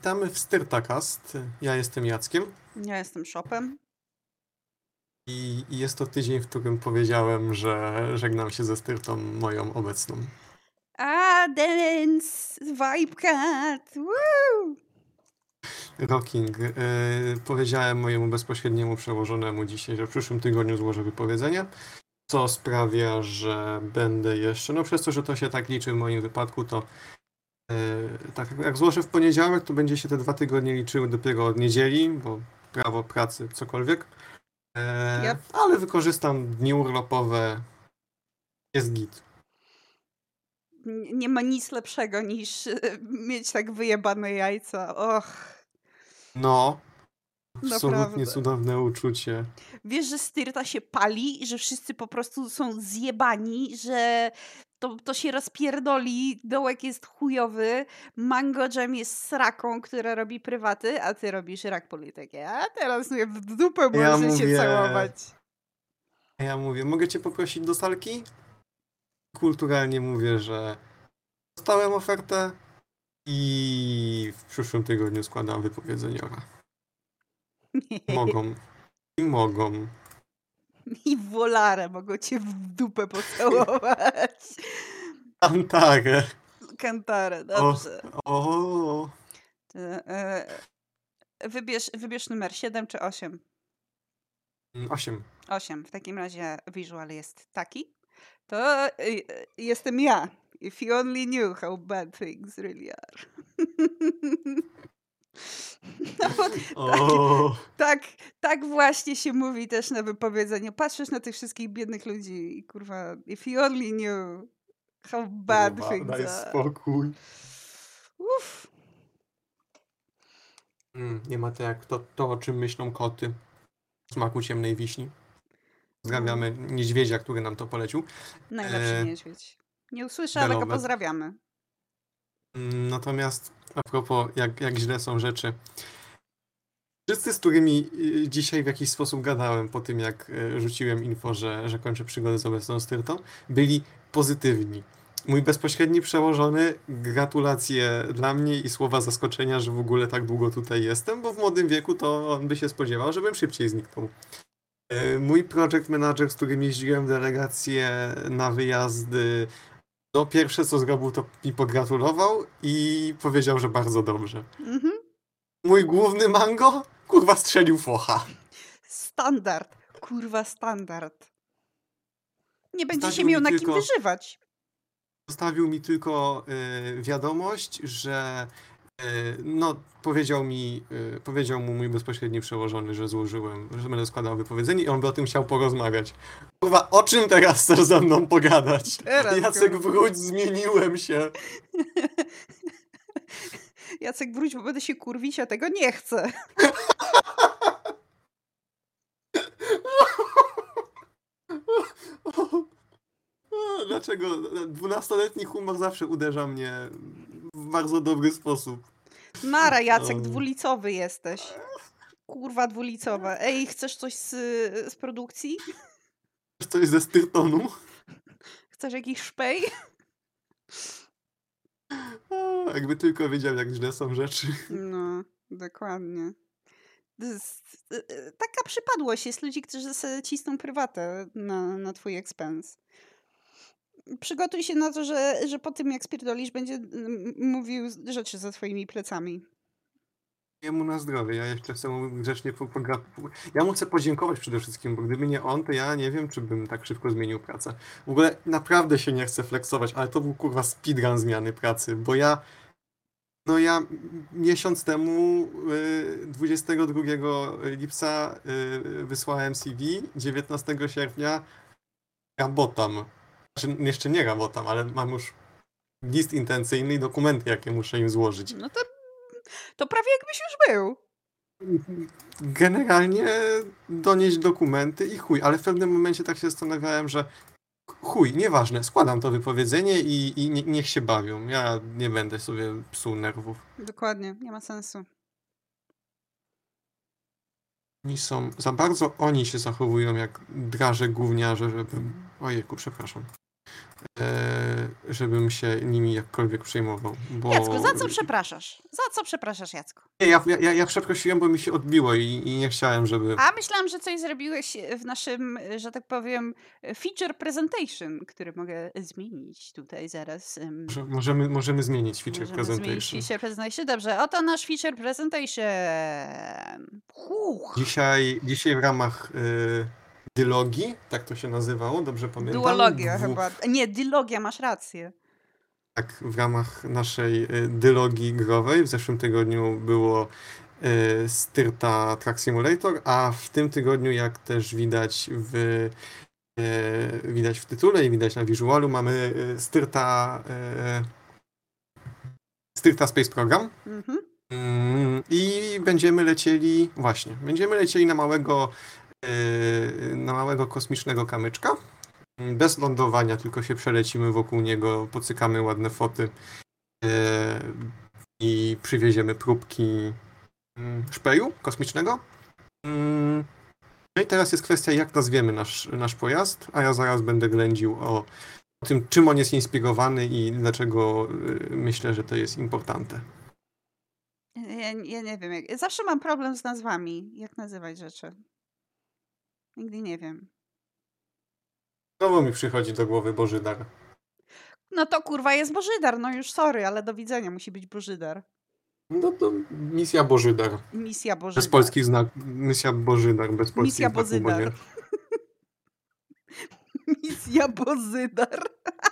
Witamy w Styrtakast. Ja jestem Jackiem Ja jestem Shopem. i jest to tydzień, w którym powiedziałem, że żegnam się ze Styrtą moją obecną. A, dance! Vibecat! Woo! Rocking. Powiedziałem mojemu bezpośredniemu przełożonemu dzisiaj, że w przyszłym tygodniu złożę wypowiedzenie, co sprawia, że będę jeszcze, no przez to, że to się tak liczy w moim wypadku, to tak jak złożę w poniedziałek, to będzie się te 2 tygodnie liczyły dopiero od niedzieli, bo prawo pracy, cokolwiek. Yep. Ale wykorzystam dni urlopowe. Jest git. Nie ma nic lepszego niż mieć tak wyjebane jajca. Och, No, absolutnie naprawdę. cudowne uczucie. Wiesz, że styrta się pali i że wszyscy po prostu są zjebani, że to się rozpierdoli, dołek jest chujowy, Mango Jam jest sraką, która robi prywaty, a ty robisz rak polityki. A teraz mnie w dupę Ja możesz się mówię- całować. Ja mówię, mogę cię poprosić do salki? Kulturalnie mówię, że dostałem ofertę i w przyszłym tygodniu składam wypowiedzeniowe. Mogą. I mogą. I wolarę mogą cię w dupę pocałować. Antarę. Kantarę, dobrze. O. Wybierz numer 7 czy 8? 8. 8. W takim razie visual jest taki. To jestem ja. If you only knew how bad things really are. No, tak właśnie się mówi też na wypowiedzeniu. Patrzysz na tych wszystkich biednych ludzi i kurwa, if you only knew how bad things Daj are. spokój. Uff. Nie ma to jak to, o czym myślą koty. W smaku ciemnej wiśni. Pozdrawiamy niedźwiedzia, który nam to polecił. Najlepszy niedźwiedź. Nie usłyszę, ale go pozdrawiamy. Natomiast a propos, jak źle są rzeczy. Wszyscy, z którymi dzisiaj w jakiś sposób gadałem po tym, jak rzuciłem info, że kończę przygodę z obecną styrtą, byli pozytywni. Mój bezpośredni przełożony, gratulacje dla mnie i słowa zaskoczenia, że w ogóle tak długo tutaj jestem, bo w młodym wieku to on by się spodziewał, żebym szybciej zniknął. Mój project manager, z którym jeździłem w delegację na wyjazdy, no pierwsze co zrobił, to mi pogratulował i powiedział, że bardzo dobrze. Mhm. Mój główny mango, kurwa, strzelił focha. Standard. Kurwa, standard. Nie będzie się miał na kim wyżywać. Zostawił mi tylko wiadomość, że no, powiedział mu mój bezpośredni przełożony, że że będę składał wypowiedzenie i on by o tym chciał porozmawiać. Kurwa, o czym teraz chcesz ze mną pogadać? Jacek, wróć, zmieniłem się. Jacek, wróć, bo będę się kurwić, a tego nie chcę. Dlaczego? 12-letni humor zawsze uderza mnie w bardzo dobry sposób. Nara, Jacek, dwulicowy jesteś. Kurwa, dwulicowa. Ej, chcesz coś z produkcji? Chcesz coś ze styrtonu? Chcesz jakiś szpej? Jakby tylko wiedział, jak źle są rzeczy. No, dokładnie. Taka przypadłość jest ludzi, którzy sobie cisną prywatę na twój expense. Przygotuj się na to, że po tym jak spierdolisz, będzie mówił rzeczy za twoimi plecami. Jemu na zdrowie, ja jeszcze chcę mu grzecznie Ja mu chcę podziękować przede wszystkim, bo gdyby nie on, to ja nie wiem, czy bym tak szybko zmienił pracę. W ogóle naprawdę się nie chcę flexować, ale to był kurwa speedrun zmiany pracy, bo ja miesiąc temu, 22 lipca wysłałem CV, 19 sierpnia rabotam. Znaczy, jeszcze nie rabotam, ale mam już list intencyjny i dokumenty, jakie muszę im złożyć. No to prawie jakbyś już był. Generalnie donieść dokumenty i chuj, ale w pewnym momencie tak się zastanawiałem, że chuj, nieważne, składam to wypowiedzenie i niech się bawią. Ja nie będę sobie psuł nerwów. Dokładnie, nie ma sensu. Za bardzo oni się zachowują jak draże gówniarze, żeby... Ojejku, przepraszam. żebym się nimi jakkolwiek przejmował. Bo... Jacku, za co przepraszasz? Za co przepraszasz, Jacku? Nie, ja przeprosiłem, bo mi się odbiło i nie chciałem, żeby... A myślałam, że coś zrobiłeś w naszym, że tak powiem, feature presentation, który mogę zmienić tutaj zaraz. Możemy zmienić feature Możemy zmienić presentation. feature presentation. Dobrze, oto nasz feature presentation. Dzisiaj w ramach dylogii, tak to się nazywało, dobrze pamiętam? Duologia chyba. Nie, dylogia, masz rację. Tak, w ramach naszej dylogii growej w zeszłym tygodniu było Styrta Track Simulator, a w tym tygodniu, jak też widać w tytule i widać na wizualu, mamy Styrta Space Program. Mhm. I będziemy lecieli na małego kosmicznego kamyczka. Bez lądowania, tylko się przelecimy wokół niego, pocykamy ładne foty i przywieziemy próbki szpeju kosmicznego. No i teraz jest kwestia, jak nazwiemy nasz pojazd, a ja zaraz będę ględził o tym, czym on jest inspirowany i dlaczego myślę, że to jest importante. Ja nie wiem. Zawsze mam problem z nazwami. Jak nazywać rzeczy? Nigdy nie wiem. Znowu mi przychodzi do głowy Bożydar. No to kurwa jest Bożydar. No już sorry, ale do widzenia musi być Bożydar. No to misja Bożydar. Misja Bożydar. Bez polskich znaków. Misja Bożydar, bez polskich Misja znaków. Bozydar. Misja Bozydar.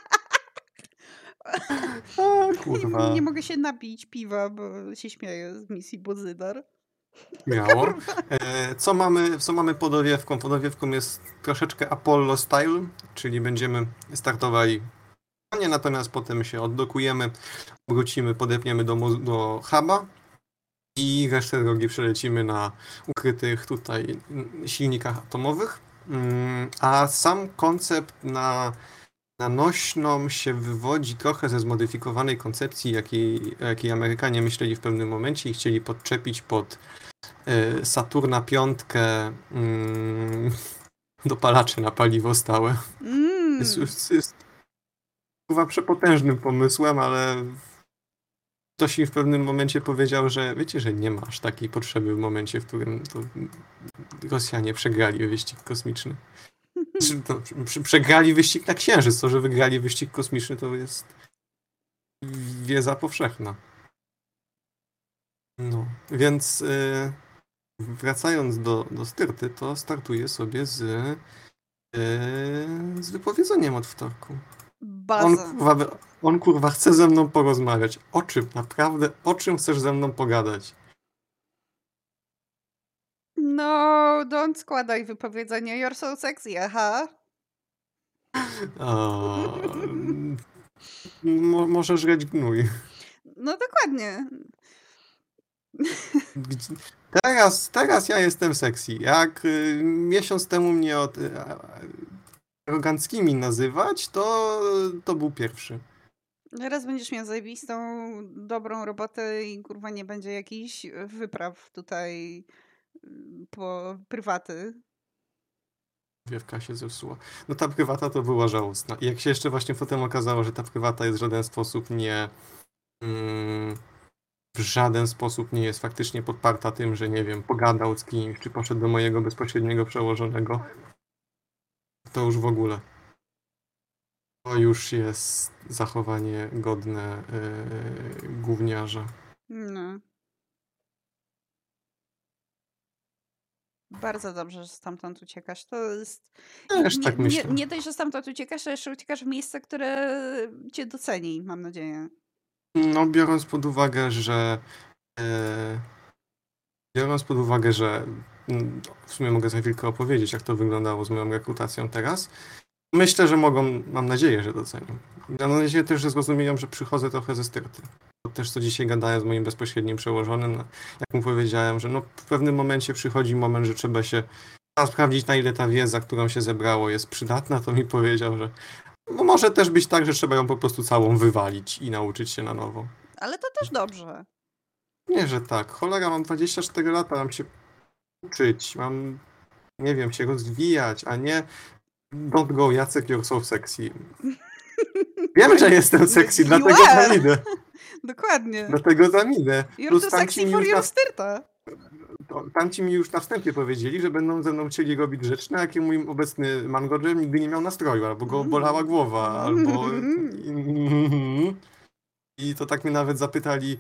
A, kurwa. Nie mogę się napić piwa, bo się śmieję z misji Bozydar. Miało. Co mamy pod owiewką? Pod owiewką jest troszeczkę Apollo style, czyli będziemy startowali nie, natomiast potem się oddokujemy, wrócimy, podepniemy do huba i resztę drogi przelecimy na ukrytych tutaj silnikach atomowych. A sam koncept na nośną się wywodzi trochę ze zmodyfikowanej koncepcji, jakiej Amerykanie myśleli w pewnym momencie i chcieli podczepić pod Saturna V dopalacze na paliwo stałe. Jest chyba przepotężnym pomysłem, ale ktoś mi w pewnym momencie powiedział, że wiecie, że nie ma aż takiej potrzeby w momencie, w którym to Rosjanie przegrali wyścig kosmiczny. Przegrali wyścig na Księżyc. To, że wygrali wyścig kosmiczny, to jest wiedza powszechna. No, więc wracając do Styrty, to startuję sobie z wypowiedzeniem od wtorku. On kurwa chce ze mną porozmawiać. O czym? Naprawdę? O czym chcesz ze mną pogadać? No, don't składaj wypowiedzenia. You're so sexy, aha. Może żreć gnój. No dokładnie. Teraz ja jestem sexy. Jak miesiąc temu mnie aroganckimi nazywać, to był pierwszy. Teraz będziesz miał zajebistą, dobrą robotę i kurwa nie będzie jakichś wypraw tutaj po prywaty. Wiewka się zepsuła. No ta prywata to była żałosna. I jak się jeszcze właśnie potem okazało, że ta prywata jest w żaden sposób nie jest faktycznie podparta tym, że nie wiem, pogadał z kimś, czy poszedł do mojego bezpośredniego przełożonego, to już w ogóle. To już jest zachowanie godne gówniarza. No. Bardzo dobrze, że stamtąd uciekasz. To jest... Też tak myślę. Nie dość, że stamtąd uciekasz, to jeszcze uciekasz w miejsce, które cię doceni, mam nadzieję. No, biorąc pod uwagę, że w sumie mogę za chwilkę opowiedzieć, jak to wyglądało z moją rekrutacją teraz. Myślę, że mam nadzieję, że docenią. Mam nadzieję też, że zrozumieją, że przychodzę trochę ze Styrty. Też co dzisiaj gadałem z moim bezpośrednim przełożonym, jak mu powiedziałem, że no w pewnym momencie przychodzi moment, że trzeba się sprawdzić, na ile ta wiedza, którą się zebrało, jest przydatna, to mi powiedział, że może też być tak, że trzeba ją po prostu całą wywalić i nauczyć się na nowo. Ale to też dobrze. Nie, że tak. Cholera, mam 24 lata, mam się uczyć, mam, nie wiem, się rozwijać, a nie don't go, Jacek, you're so sexy. Wiem, że jestem sexy, You dlatego are. tam idę. Dokładnie. Dlatego tam idę. You're Plus too sexy for your styrta. tamci mi już na wstępie powiedzieli, że będą ze mną chcieli robić rzeczy, na jakie mój obecny Mango Jam nigdy nie miał nastroju, albo go bolała głowa, albo... I to tak mnie nawet zapytali,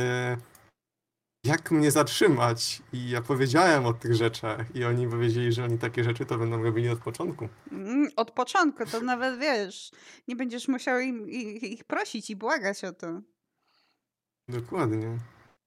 jak mnie zatrzymać. I ja powiedziałem o tych rzeczach i oni powiedzieli, że oni takie rzeczy to będą robili od początku. Od początku, to nawet wiesz, nie będziesz musiał ich prosić i błagać o to. Dokładnie.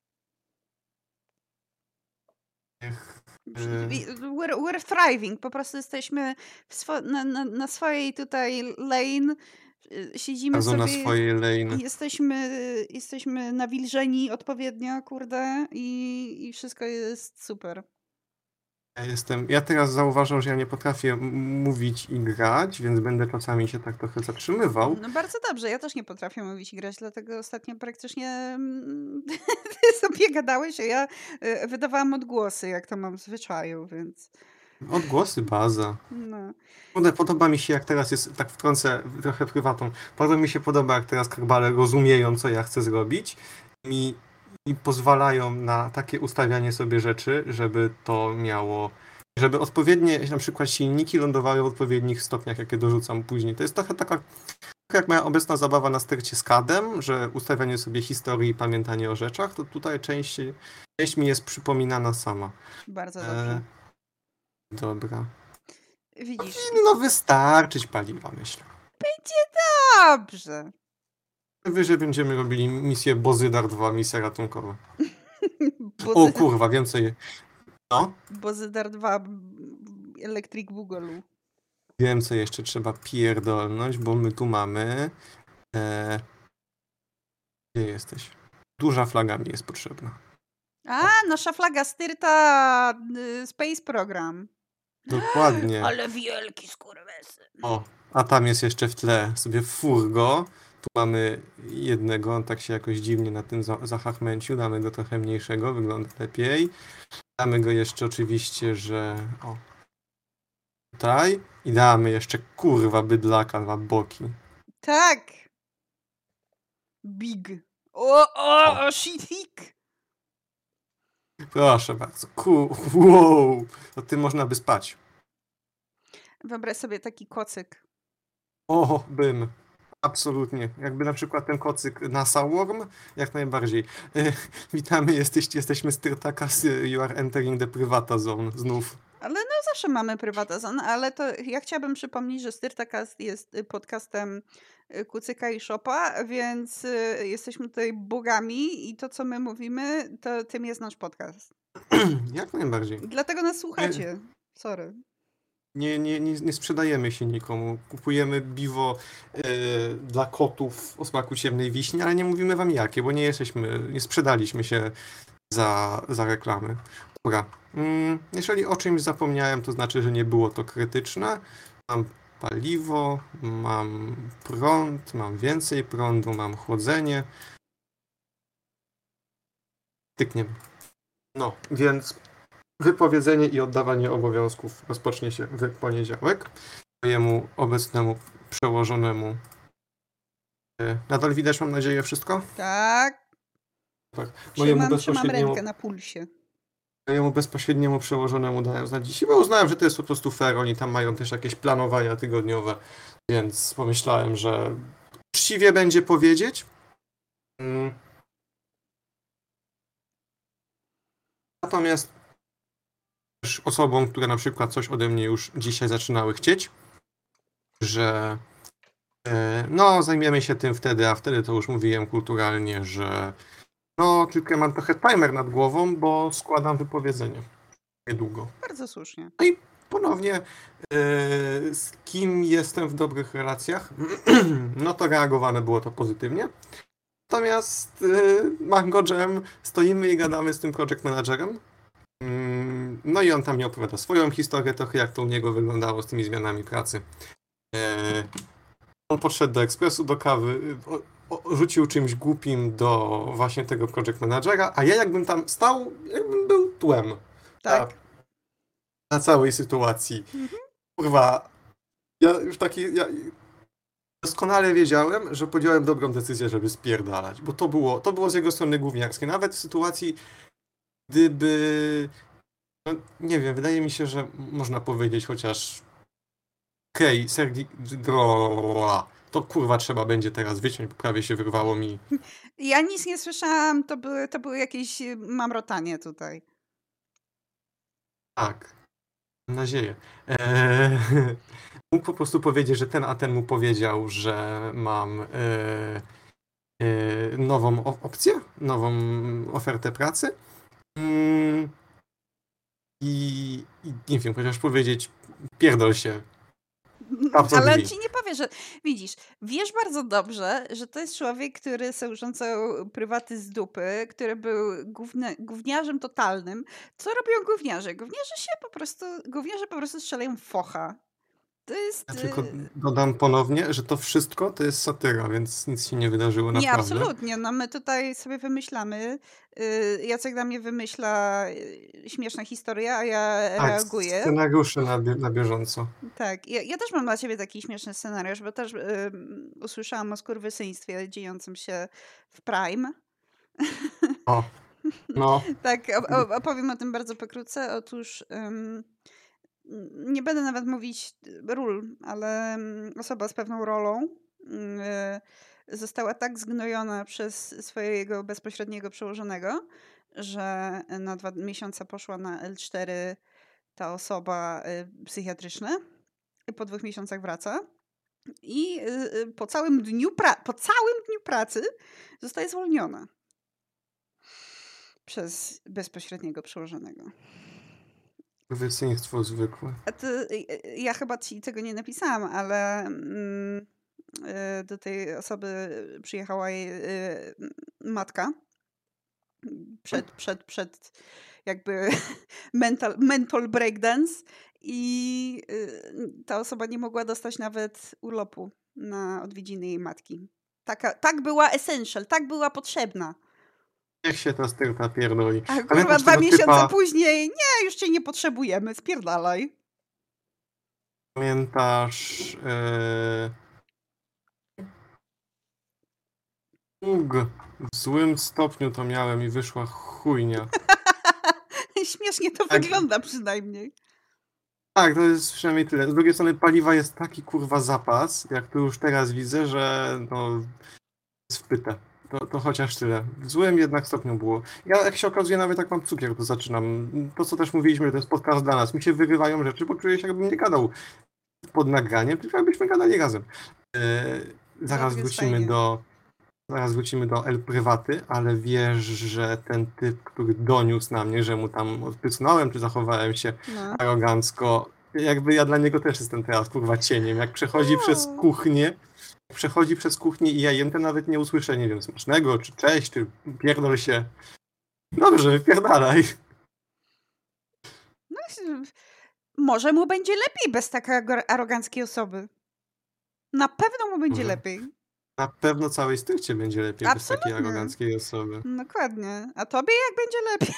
We're thriving, po prostu jesteśmy na swojej tutaj lane, siedzimy Bardzo na sobie, swojej lane. jesteśmy nawilżeni odpowiednio, kurde, i wszystko jest super. Ja teraz zauważam, że ja nie potrafię mówić i grać, więc będę czasami się tak trochę zatrzymywał. No bardzo dobrze, ja też nie potrafię mówić i grać, dlatego ostatnio praktycznie ty sobie gadałeś, a ja wydawałam odgłosy, jak to mam w zwyczaju, więc Odgłosy, baza. no. Podoba mi się, jak teraz jest, tak wtrącę trochę prywatną, bardzo mi się podoba, jak teraz karbale rozumieją, co ja chcę zrobić i pozwalają na takie ustawianie sobie rzeczy, żeby to miało, żeby odpowiednie, na przykład silniki lądowały w odpowiednich stopniach, jakie dorzucam później. To jest trochę taka, jak moja obecna zabawa na stercie z CAD-em, że ustawianie sobie historii i pamiętanie o rzeczach, to tutaj część mi jest przypominana sama. Bardzo dobrze. Dobra. Widzisz, No wystarczyć paliwa, myślę. dobrze. Wyżej będziemy robili misję Bozydar 2, misja ratunkowa. O Bozy- kurwa, wiem co je. No, Bozydar 2 Electric Boogaloo. wiem co jeszcze trzeba pierdolnąć, bo my tu mamy. Gdzie jesteś? Duża flaga mi jest potrzebna. A, nasza flaga styrta Space Program. Dokładnie. Ale wielki skurwesy. O, a tam jest jeszcze w tle sobie furgo. Tu mamy jednego, on tak się jakoś dziwnie na tym zahachmęcił. Damy go trochę mniejszego, wygląda lepiej. Damy go jeszcze oczywiście, że o, tutaj. I damy jeszcze kurwa bydlaka na boki. Tak. Big. O, shit. Proszę bardzo. Wow. To tym można by spać. Wyobraź sobie taki kocyk. O, bym. Absolutnie. Jakby na przykład ten kocyk NASA Worm, jak najbardziej. Witamy, jesteśmy z Tyrtakas, you are entering the privata zone znów. Ale no zawsze mamy prywatazon, ale to ja chciałabym przypomnieć, że Styrtacast jest podcastem Kucyka i Szopa, więc jesteśmy tutaj bogami i to, co my mówimy, to tym jest nasz podcast. Jak najbardziej. Dlatego nas słuchacie. Sorry. Nie sprzedajemy się nikomu. Kupujemy biwo dla kotów o smaku ciemnej wiśni, ale nie mówimy wam jakie, bo nie sprzedaliśmy się za reklamy. Dobra. Jeżeli o czymś zapomniałem, to znaczy, że nie było to krytyczne. Mam paliwo, mam prąd, mam więcej prądu, mam chłodzenie. Tykniemy. No, więc wypowiedzenie i oddawanie obowiązków rozpocznie się w poniedziałek. Mojemu obecnemu przełożonemu. Nadal widać, mam nadzieję, wszystko? Tak. Tak. Trzymam rękę na pulsie. Mojemu bezpośredniemu przełożonemu dałem znać dzisiaj, bo uznałem, że to jest po prostu fair. Oni tam mają też jakieś planowania tygodniowe, więc pomyślałem, że uczciwie będzie powiedzieć. Natomiast też osobom, które na przykład coś ode mnie już dzisiaj zaczynały chcieć, że no zajmiemy się tym wtedy, a wtedy to już mówiłem kulturalnie, że no tylko ja mam trochę timer nad głową, bo składam wypowiedzenie niedługo. Bardzo słusznie. No i ponownie z kim jestem w dobrych relacjach, no to reagowane było to pozytywnie. Natomiast Mango Jam, stoimy i gadamy z tym project managerem. No i on tam mi opowiada swoją historię, trochę jak to u niego wyglądało z tymi zmianami pracy. On podszedł do ekspresu, do kawy, rzucił czymś głupim do właśnie tego project managera, a ja jakbym tam stał, jakbym był tłem. Tak. Na całej sytuacji. Kurwa, ja już taki... doskonale wiedziałem, że podjąłem dobrą decyzję, żeby spierdalać, bo to było z jego strony gówniarskie. Nawet w sytuacji, gdyby, no, nie wiem, wydaje mi się, że można powiedzieć chociaż okej, Sergi, to kurwa trzeba będzie teraz wyciąć, bo prawie się wyrwało mi. Ja nic nie słyszałam, to były jakieś mamrotanie tutaj. Tak, mam nadzieję. Eee, mógł po prostu powiedzieć, że ten a ten mu powiedział, że mam nową opcję, nową ofertę pracy. Mm, I nie wiem, chociaż powiedzieć, pierdol się, tam są Ale on drzwi. ci nie powie, że widzisz, wiesz bardzo dobrze, że to jest człowiek, który sobie urządzał prywaty z dupy, który był gówniarzem totalnym. Co robią gówniarze? Gówniarze po prostu strzelają w focha. To jest... Ja tylko dodam ponownie, że to wszystko to jest satyra, więc nic się nie wydarzyło Nie, naprawdę. absolutnie. No my tutaj sobie wymyślamy. Jacek dla mnie wymyśla śmieszne historie, a ja Tak, reaguję. scenariusze na bieżąco. Tak, ja też mam dla ciebie taki śmieszny scenariusz, bo też usłyszałam o skurwysyństwie dziejącym się w Prime. O, no, Tak, opowiem o tym bardzo pokrótce. Otóż nie będę nawet mówić ról, ale osoba z pewną rolą została tak zgnojona przez swojego bezpośredniego przełożonego, że na 2 miesiące poszła na L4 ta osoba psychiatryczna i po 2 miesiącach wraca i po całym dniu pracy zostaje zwolniona przez bezpośredniego przełożonego. wysyństwo zwykłe. Ja chyba ci tego nie napisałam, ale do tej osoby przyjechała jej matka przed jakby mental breakdance i ta osoba nie mogła dostać nawet urlopu na odwiedziny jej matki. Tak była essential, tak była potrzebna. Niech się ta styrta pierdoli. A kurwa Pamiętasz 2 tego miesiące typa, później, nie, już cię nie potrzebujemy, spierdalaj. pamiętasz w złym stopniu to miałem i wyszła chujnia. Śmiesznie to Tak. wygląda przynajmniej. Tak, to jest przynajmniej tyle. Z drugiej strony paliwa jest taki kurwa zapas, jak tu już teraz widzę, że no jest wpyte. To chociaż tyle. W złym jednak stopniu było. Ja jak się okazuje, nawet jak mam cukier, to zaczynam. To co też mówiliśmy, to jest podcast dla nas. Mi się wyrywają rzeczy, bo czuję się jakbym nie gadał pod nagraniem, tylko jakbyśmy gadali razem. Zaraz jest wrócimy fajnie. zaraz wrócimy do El Prywaty, ale wiesz, że ten typ, który doniósł na mnie, że mu tam odpysnąłem, czy zachowałem się No. arogancko, jakby ja dla niego też jestem teraz kurwa cieniem. Jak przechodzi przez kuchnię i ja jem, to nawet nie usłyszę, nie wiem, smacznego, czy cześć, czy pierdol się. Dobrze, wypierdalaj. No, może mu będzie lepiej bez takiej aroganckiej osoby. Na pewno mu będzie Może. lepiej. Na pewno całej styrcie będzie lepiej bez takiej Absolutnie. aroganckiej osoby. Dokładnie. A tobie jak będzie lepiej?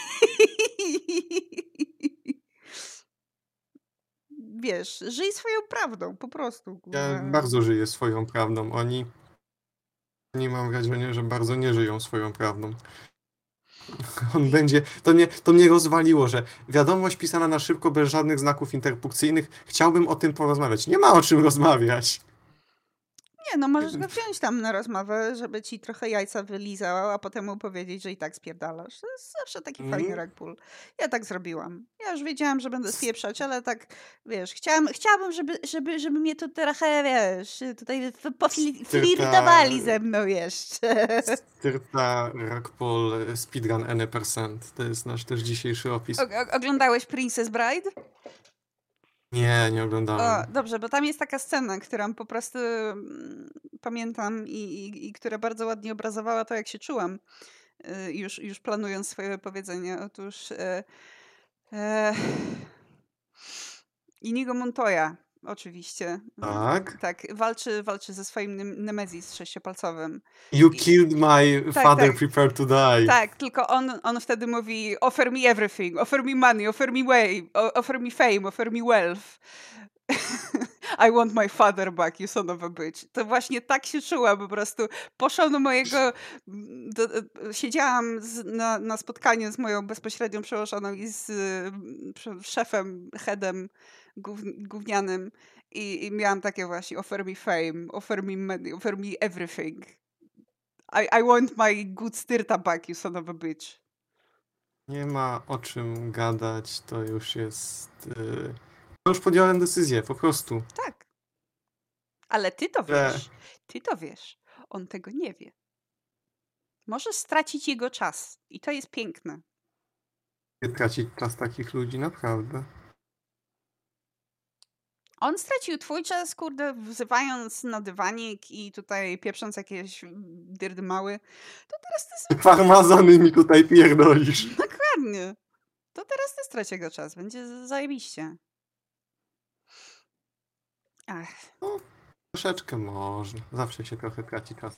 Wiesz, żyj swoją prawdą, po prostu. Ja Kurwa. bardzo żyję swoją prawdą. Oni mam wrażenie, że bardzo nie żyją swoją prawdą. On będzie. To mnie rozwaliło, że wiadomość pisana na szybko, bez żadnych znaków interpunkcyjnych. Chciałbym o tym porozmawiać. Nie ma o czym rozmawiać. Nie, no możesz go wziąć tam na rozmowę, żeby ci trochę jajca wylizał, a potem mu powiedzieć, że i tak spierdalasz. To jest zawsze taki fajny ragpull. Ja tak zrobiłam. Ja już wiedziałam, że będę spieprzać, ale tak, wiesz, chciałabym, żeby mnie tu trochę, wiesz, tutaj poflirtowali ze mną jeszcze. Styrta Ragpol Speedrun N%. To jest nasz też dzisiejszy opis. Oglądałeś Princess Bride? Nie oglądałem. O, dobrze, bo tam jest taka scena, którą po prostu pamiętam i która bardzo ładnie obrazowała to, jak się czułam, już planując swoje wypowiedzenie. Otóż Inigo Montoya, oczywiście. Tak. Tak, walczy ze swoim Nemesis sześciopalcowym. You killed my Tak, father, tak. prepare to die. Tak, tylko on wtedy mówi offer me everything, offer me money, offer me way, offer me fame, offer me wealth. I want my father back, you son of a bitch. To właśnie tak się czuła, po prostu poszłam do mojego, siedziałam na spotkaniu z moją bezpośrednią przełożoną i z szefem, headem gównianym i miałam takie właśnie offer me fame, offer me money, offer me everything. I want my good styrta back, you son of a bitch. Nie ma o czym gadać, to już jest... To już podjąłem decyzję, po prostu. Tak. Ale ty to Że- wiesz. Ty to wiesz. On tego nie wie. Możesz stracić jego czas. I to jest piękne. Nie tracić czas takich ludzi, naprawdę. On stracił twój czas, kurde, wzywając na dywanik i tutaj pieprząc jakieś dyrdymały. To teraz ty Farmazony mi tutaj pierdolisz. dokładnie. To teraz ty straci jego czas. Będzie zajebiście. Ach. Troszeczkę można. Zawsze się trochę traci czas.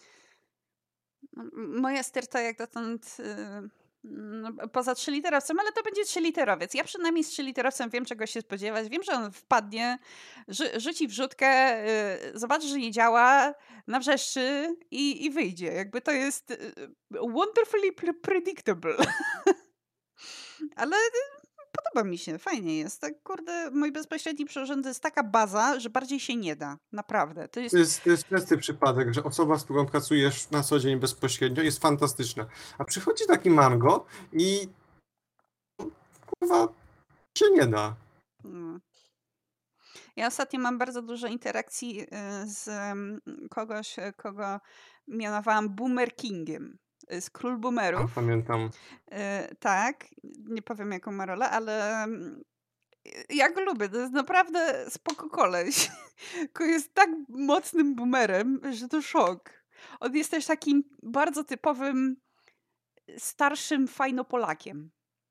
Moja styrta jak dotąd poza 3-literowcem, ale to będzie 3-literowiec. Ja przynajmniej z 3-literowcem wiem, czego się spodziewać. Wiem, że on wpadnie, rzuci wrzutkę, zobaczy, że nie działa, nawrzeszczy i wyjdzie. Jakby to jest wonderfully predictable. Ale podoba mi się, fajnie jest. Tak, kurde, mój bezpośredni przełożony to jest taka baza, że bardziej się nie da. Naprawdę. To jest To jest częsty przypadek, że osoba, z którą pracujesz na co dzień bezpośrednio, jest fantastyczna. A przychodzi taki mango i kurwa się nie da. Mm. Ja ostatnio mam bardzo dużo interakcji z kogoś, kogo mianowałam Boomer Kingiem. Z Król A, Boomerów. pamiętam. Tak, nie powiem jaką ma rolę, ale ja go lubię. To jest naprawdę spoko koleś. Tylko jest tak mocnym boomerem, że to szok. On jest też takim bardzo typowym starszym fajnopolakiem.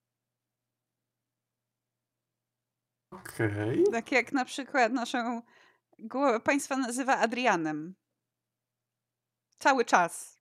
Okej. Tak jak na przykład naszą głowę państwa nazywa Adrianem. Cały czas.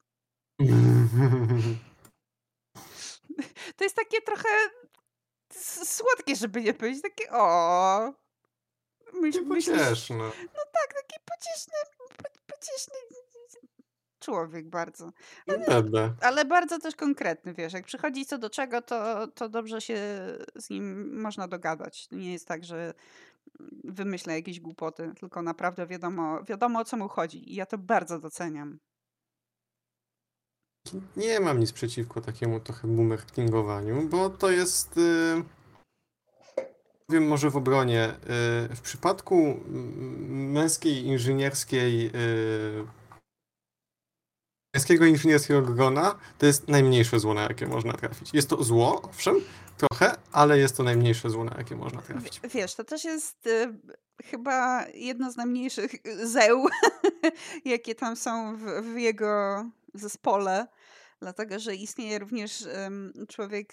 To jest takie trochę słodkie, żeby nie powiedzieć. Takie o. Pocieszne. No tak, taki pocieszny człowiek bardzo. Bebe. Ale bardzo też konkretny, wiesz. Jak przychodzi co do czego, to dobrze się z nim można dogadać. To nie jest tak, że wymyśla jakieś głupoty, tylko naprawdę wiadomo o co mu chodzi. I ja to bardzo doceniam. Nie mam nic przeciwko takiemu trochę boomerkingowaniu, bo to jest... Powiem może w obronie. W przypadku męskiej inżynierskiej... męskiego inżynierskiego grona to jest najmniejsze zło, na jakie można trafić. Jest to zło, owszem, trochę, ale jest to najmniejsze zło, na jakie można trafić. Wiesz, to też jest chyba jedno z najmniejszych zeł, jakie tam są w jego zespole. Dlatego, że istnieje również człowiek,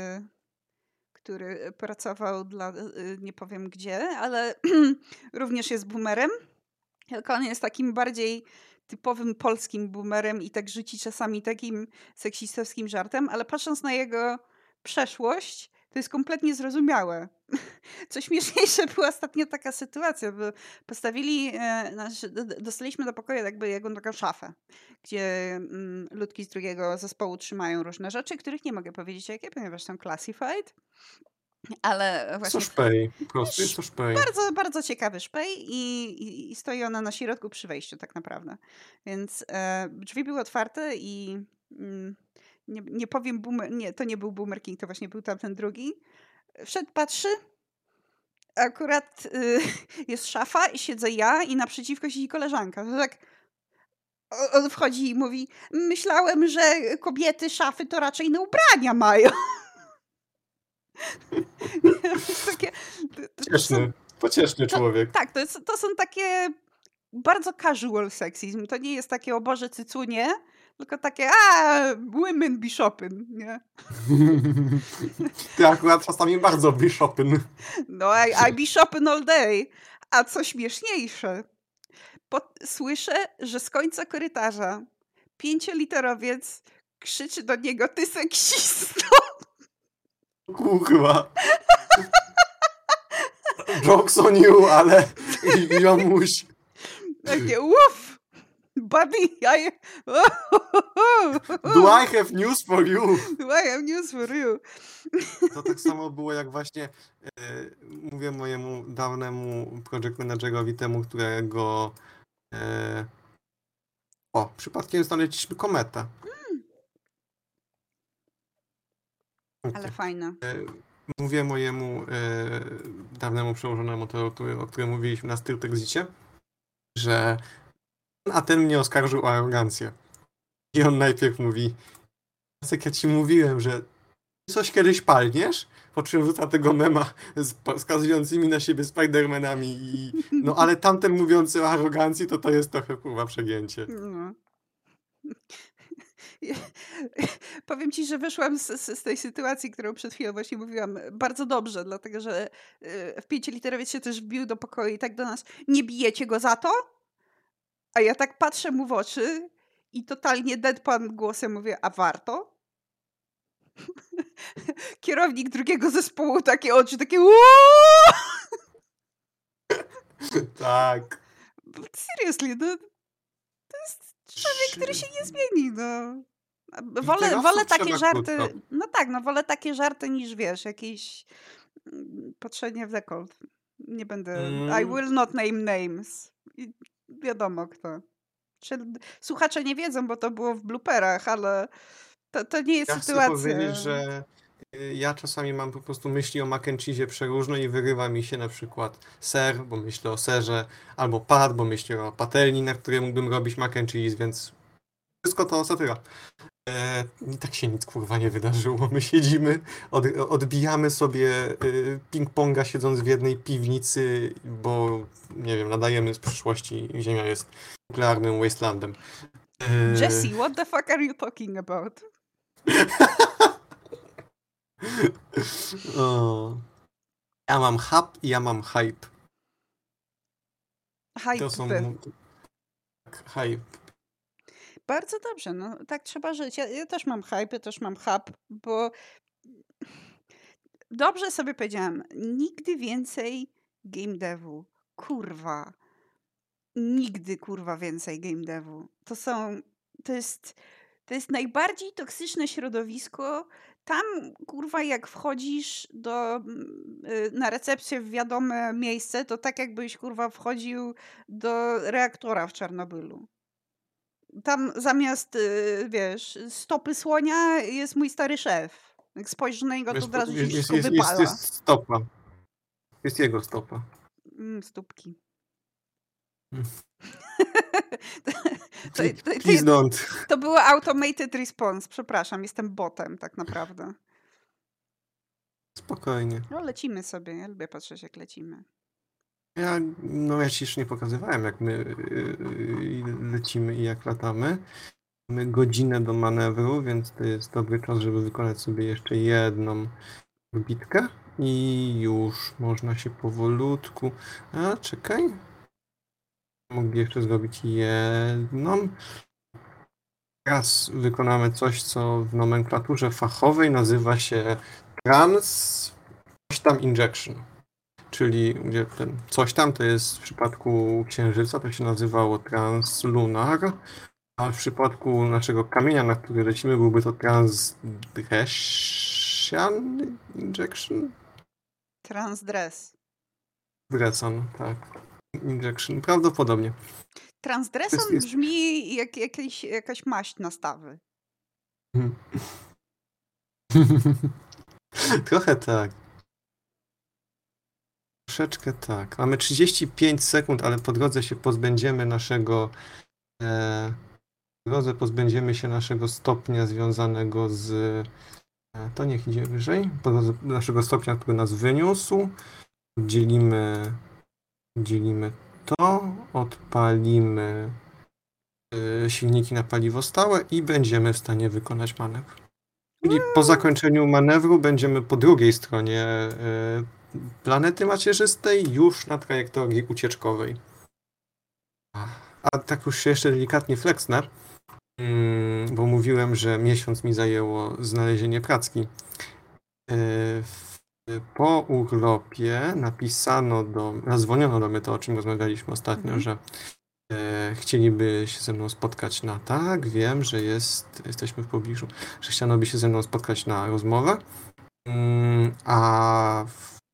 który pracował dla nie powiem gdzie, ale również jest boomerem. Tylko on jest takim bardziej typowym polskim boomerem i tak rzuci czasami takim seksistowskim żartem, ale patrząc na jego przeszłość, to jest kompletnie zrozumiałe. Co śmieszniejsze, była ostatnio taka sytuacja, bo postawili, dostaliśmy do pokoju jakby jakąś taką szafę, gdzie ludki z drugiego zespołu trzymają różne rzeczy, których nie mogę powiedzieć jakie, ponieważ są classified. Ale właśnie Co szpej, po prostu jest to szpej. bardzo, bardzo ciekawy szpej i stoi ona na środku przy wejściu tak naprawdę. Więc drzwi były otwarte i nie powiem nie, to nie był Boomer King, to właśnie był tamten drugi. Wszedł, patrzy, akurat jest szafa i siedzę ja i naprzeciwko siedzi koleżanka. To tak on wchodzi i mówi, myślałem, że kobiety szafy to raczej na ubrania mają. Takie, Pocieszny człowiek. Tak, to są takie bardzo casual sexizm. To nie jest takie o Boże cycunie, tylko takie women be shopping, nie? Ty akurat czasami bardzo bishopyn. No, I be shopping all day. A co śmieszniejsze, słyszę, że z końca korytarza 5-literowiec krzyczy do niego, ty seksisto! Kurwa. Jokes on you, ale I ziomuś. Takie uff! Buddy, Do I have news for you? Do I have news for you? To tak samo było jak właśnie mówię mojemu dawnemu project managerowi temu, którego przypadkiem znaleźliśmy kometę. Ale fajne. Mówię mojemu dawnemu przełożonemu, o którym mówiliśmy na Styrtexicie, że ten mnie oskarżył o arogancję. I on najpierw mówi: Jacek, ja ci mówiłem, że coś kiedyś palniesz? Po czym rzuca tego mema z wskazującymi na siebie Spidermanami no ale tamten mówiący o arogancji, to jest trochę kurwa przegięcie. No. Powiem ci, że wyszłam z tej sytuacji, którą przed chwilą właśnie mówiłam, bardzo dobrze, dlatego że w 5-literowiec się też wbił do pokoju i tak do nas: nie bijecie go za to? A ja tak patrzę mu w oczy i totalnie deadpan głosem mówię: a warto? Kierownik drugiego zespołu, takie oczy, takie uuuu! Tak. Seriously, no, to jest człowiek, który się nie zmieni, no. Literowców Wolę takie trzeba żarty, krótko. no tak, no wolę takie żarty niż, wiesz, jakieś patrzenie w dekolt. Nie będę, I will not name names. I wiadomo kto. Słuchacze nie wiedzą, bo to było w blooperach, ale to nie jest Ja chcę sytuacja. powiedzieć, że ja czasami mam po prostu myśli o mac and cheese'ie przeróżne i wyrywa mi się na przykład ser, bo myślę o serze, albo pat, bo myślę o patelni, na której mógłbym robić mac and cheese, więc wszystko to satyra. I tak się nic kurwa nie wydarzyło. My siedzimy, odbijamy sobie ping-ponga siedząc w jednej piwnicy, bo nie wiem, nadajemy z przyszłości, Ziemia jest nuklearnym wastelandem. Jesse, what the fuck are you talking about? Ja mam hub i ja mam hype. Hype. To są hype. Bardzo dobrze, no tak trzeba żyć. Ja też mam hype, ja też mam hub, bo dobrze sobie powiedziałam, nigdy więcej game devu. Kurwa. Nigdy, kurwa, więcej game devu. To jest najbardziej toksyczne środowisko. Tam, kurwa, jak wchodzisz na recepcję w wiadome miejsce, to tak jakbyś, kurwa, wchodził do reaktora w Czarnobylu. Tam zamiast, wiesz, stopy słonia jest mój stary szef. Jak spojrzysz na niego, to od razu się wszystko wypala. Jest stopa. Jest jego stopa. Stópki. Please don't. To było automated response. Przepraszam, jestem botem tak naprawdę. Spokojnie. No lecimy sobie. Ja lubię patrzeć, jak lecimy. Ja ci jeszcze nie pokazywałem, jak my lecimy i jak latamy. Mamy godzinę do manewru, więc to jest dobry czas, żeby wykonać sobie jeszcze jedną bitkę. I już można się powolutku... A, czekaj. Mogli jeszcze zrobić jedną. Teraz wykonamy coś, co w nomenklaturze fachowej nazywa się coś tam injection. Czyli gdzie ten coś tam to jest w przypadku Księżyca, to się nazywało translunar, a w przypadku naszego kamienia, na który lecimy, byłby to transdressian injection? Transdress. Dresan, tak. Injection, prawdopodobnie. Transdresson brzmi jak jakaś maść na stawy. Trochę tak. Troszeczkę tak. Mamy 35 sekund, ale po drodze się pozbędziemy naszego stopnia związanego z... To niech idzie wyżej. Po drodze naszego stopnia, który nas wyniósł. Dzielimy to, odpalimy silniki na paliwo stałe i będziemy w stanie wykonać manewr. Czyli po zakończeniu manewru będziemy po drugiej stronie planety macierzystej, już na trajektorii ucieczkowej. A tak już się jeszcze delikatnie flexnę, bo mówiłem, że miesiąc mi zajęło znalezienie pracki. Po urlopie zadzwoniono do mnie, to o czym rozmawialiśmy ostatnio, Mhm. że chcieliby się ze mną spotkać na tak, wiem, że jesteśmy w pobliżu, że chciano się ze mną spotkać na rozmowę, a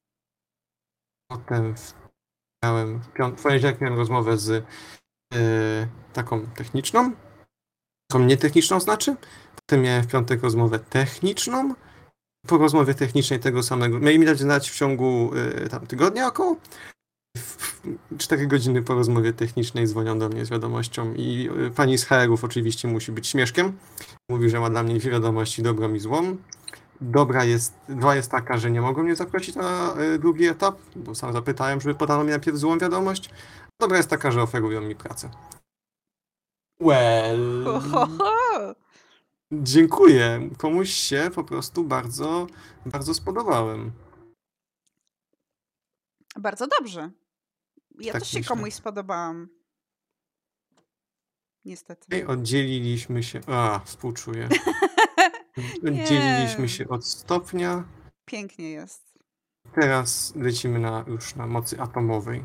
potem w poniedziałek miałem rozmowę z taką techniczną, taką nietechniczną znaczy, potem miałem w piątek rozmowę techniczną, po rozmowie technicznej tego samego, mieli mi dać znać w ciągu tam tygodnia około, 4 godziny po rozmowie technicznej dzwonią do mnie z wiadomością i pani z HR-ów oczywiście musi być śmieszkiem. Mówi, że ma dla mnie dwie wiadomości, dobrą i złą. Zła jest taka, że nie mogą mnie zaprosić na drugi etap, bo sam zapytałem, żeby podano mi najpierw złą wiadomość. Dobra jest taka, że oferują mi pracę. Well, Ho, ho, ho. dziękuję. Komuś się po prostu bardzo, bardzo spodobałem. Bardzo dobrze. Ja Tak też się myślę. komuś spodobałam. Niestety. I oddzieliliśmy się. Współczuję. Nie. Oddzieliliśmy się od stopnia. Pięknie jest. Teraz lecimy już na mocy atomowej.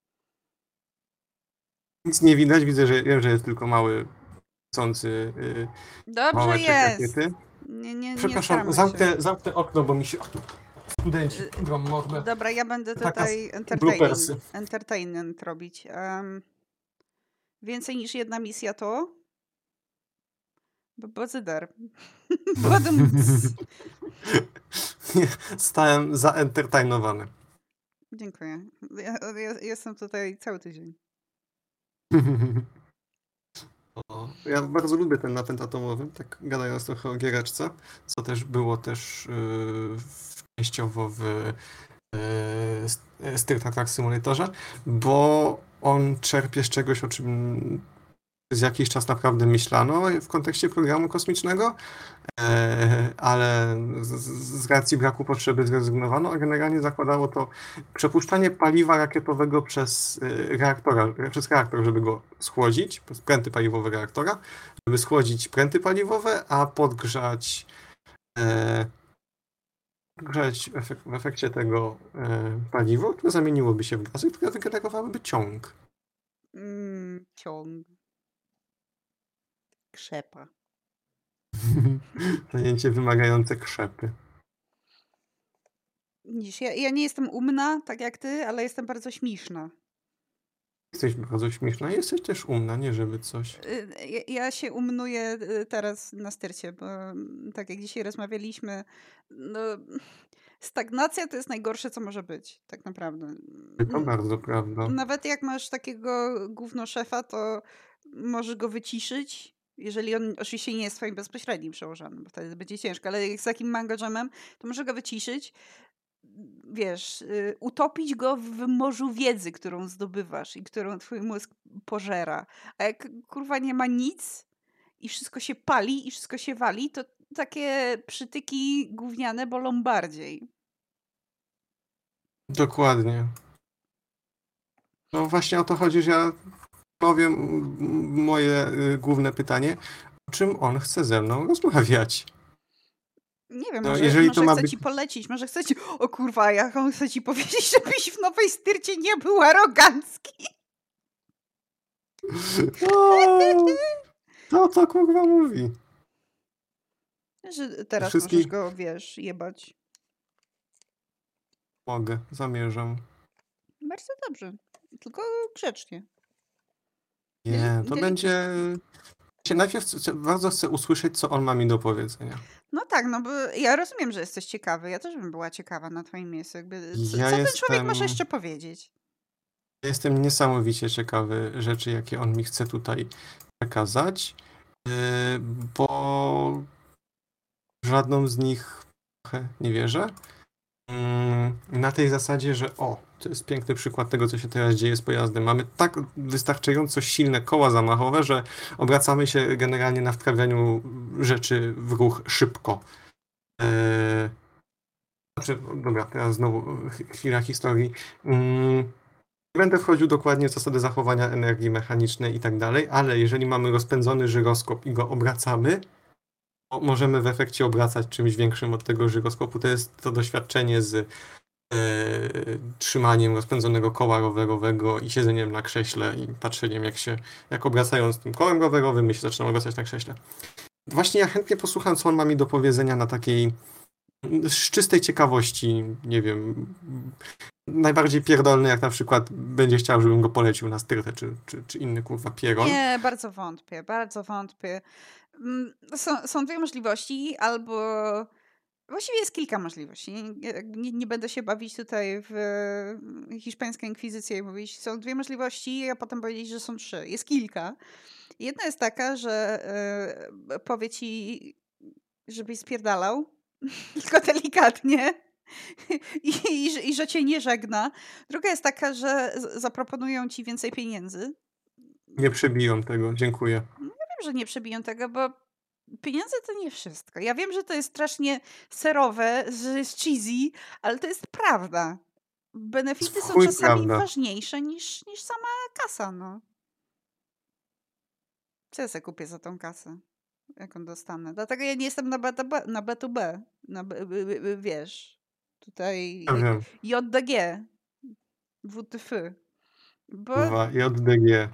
Nic nie widać, wiem, że jest tylko mały, chcący Dobrze wałeczek jest. rakiety. Nie Przepraszam, staram się. zamknę okno, bo mi się studenci drą mordę. Dobra, ja będę Taka tutaj bloopersy. entertainment robić. Więcej niż jedna misja to? Bozyder. Stałem zaentertainowany. Dziękuję. Ja jestem tutaj cały tydzień. Ja bardzo lubię ten napęd atomowy, tak gadając trochę o giereczce, co też było częściowo w Street Attack Simulatorze, bo on czerpie z czegoś, o czym przez jakiś czas naprawdę myślano w kontekście programu kosmicznego, ale z racji braku potrzeby zrezygnowano, a generalnie zakładało to przepuszczanie paliwa rakietowego przez reaktor, żeby go schłodzić, przez pręty paliwowe reaktora, żeby schłodzić pręty paliwowe, a podgrzać w efekcie tego paliwo, które zamieniłoby się w gazy, które wygenerowałyby ciąg. Ciąg. Krzepa. Zajęcie wymagające krzepy. Widzisz, ja nie jestem umna, tak jak ty, ale jestem bardzo śmieszna. Jesteś bardzo śmieszna, jesteś też umna, nie żeby coś. Ja się umnuję teraz na styrcie, bo tak jak dzisiaj rozmawialiśmy, no, stagnacja to jest najgorsze, co może być, tak naprawdę. To bardzo prawda. Nawet jak masz takiego gównoszefa, to możesz go wyciszyć, jeżeli on oczywiście nie jest twoim bezpośrednim przełożonym, bo wtedy będzie ciężko, ale jak z takim Mango Jamem, to możesz go wyciszyć, wiesz, utopić go w morzu wiedzy, którą zdobywasz i którą twój mózg pożera. A jak kurwa nie ma nic i wszystko się pali i wszystko się wali, to takie przytyki gówniane bolą bardziej. Dokładnie. No właśnie o to chodzi, że ja powiem moje główne pytanie, o czym on chce ze mną rozmawiać. Nie wiem, No, może, jeżeli może to ma chce być- ci polecić, może chce ci... O kurwa, jak on chce ci powiedzieć, żebyś w nowej styrcie nie był arogancki. Co kurwa mówi? Że teraz Wszystkich- możesz go, wiesz, jebać. Mogę, zamierzam. Bardzo dobrze. Tylko grzecznie. Nie, to Inteligentnie. będzie... Najpierw bardzo chcę usłyszeć, co on ma mi do powiedzenia. No tak, no bo ja rozumiem, że jesteś ciekawy. Ja też bym była ciekawa na twoim miejscu. Jakby, co Ja ten człowiek jestem- może jeszcze powiedzieć? Jestem niesamowicie ciekawy rzeczy, jakie on mi chce tutaj przekazać, bo żadną z nich trochę nie wierzę. Na tej zasadzie, że to jest piękny przykład tego, co się teraz dzieje z pojazdem. Mamy tak wystarczająco silne koła zamachowe, że obracamy się generalnie na wprawianiu rzeczy w ruch szybko. Dobra, teraz znowu chwila historii. Nie będę wchodził dokładnie w zasady zachowania energii mechanicznej i tak dalej, ale jeżeli mamy rozpędzony żyroskop i go obracamy, możemy w efekcie obracać czymś większym od tego żyroskopu. To jest to doświadczenie z trzymaniem rozpędzonego koła rowerowego i siedzeniem na krześle i patrzeniem jak obracając tym kołem rowerowym, my się zaczynamy obracać na krześle. Właśnie ja chętnie posłucham, co on ma mi do powiedzenia na takiej z czystej ciekawości, nie wiem, najbardziej pierdolny, jak na przykład będzie chciał, żebym go polecił na styrtę, czy inny kurwa pieron. Nie, bardzo wątpię, bardzo wątpię. Są dwie możliwości, albo właściwie jest kilka możliwości. Nie będę się bawić tutaj w hiszpańską inkwizycję i mówić, są dwie możliwości, a potem powiedzieć, że są trzy. Jest kilka. Jedna jest taka, że powie ci, żebyś spierdalał, tylko delikatnie. I że cię nie żegna. Druga jest taka, że zaproponują ci więcej pieniędzy. Nie przebiją tego, dziękuję. Wiem, że nie przebiją tego, bo pieniądze to nie wszystko. Ja wiem, że to jest strasznie serowe, że jest cheesy, ale to jest prawda. Benefity są Chuj czasami prawda. ważniejsze niż sama kasa, no. Co ja sobie kupię za tą kasę? Jaką dostanę? Dlatego ja nie jestem na B2B. Wiesz, tutaj Ja wiem, JDG, WTF. Bo kurwa, JDG.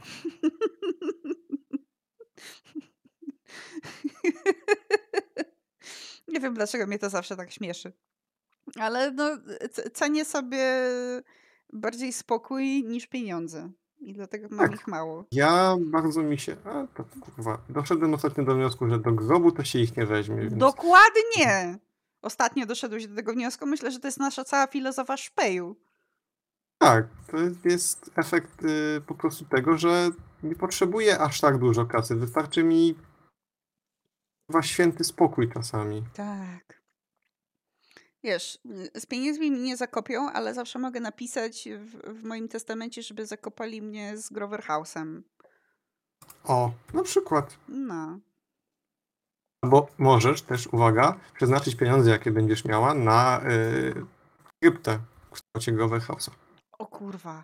nie wiem, dlaczego mnie to zawsze tak śmieszy. Ale no, cenię sobie bardziej spokój niż pieniądze. I dlatego mam Tak. ich mało. Ja bardzo mi się. A to kurwa. Doszedłem ostatnio do wniosku, że do grobu to się ich nie weźmie, więc. Dokładnie! Ostatnio doszedłeś do tego wniosku. Myślę, że to jest nasza cała filozofia szpeju. Tak, to jest efekt po prostu tego, że nie potrzebuję aż tak dużo kasy. Wystarczy mi chyba święty spokój czasami. Tak. Wiesz, z pieniędzmi mnie nie zakopią, ale zawsze mogę napisać w moim testamencie, żeby zakopali mnie z Grover House'em. O, na przykład. No. Albo możesz też, uwaga, przeznaczyć pieniądze, jakie będziesz miała na kryptę w kształcie Grover House'a. O kurwa.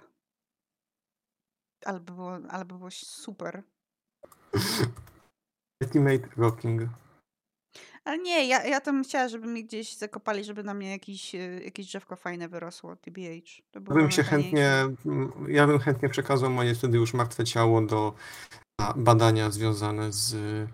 Ale było super. Ultimate Rocking. Ale nie, ja to bym chciała, żeby mi gdzieś zakopali, żeby na mnie jakieś drzewko fajne wyrosło, TBH. To było Ja bym chętnie przekazał moje wtedy już martwe ciało na badania związane z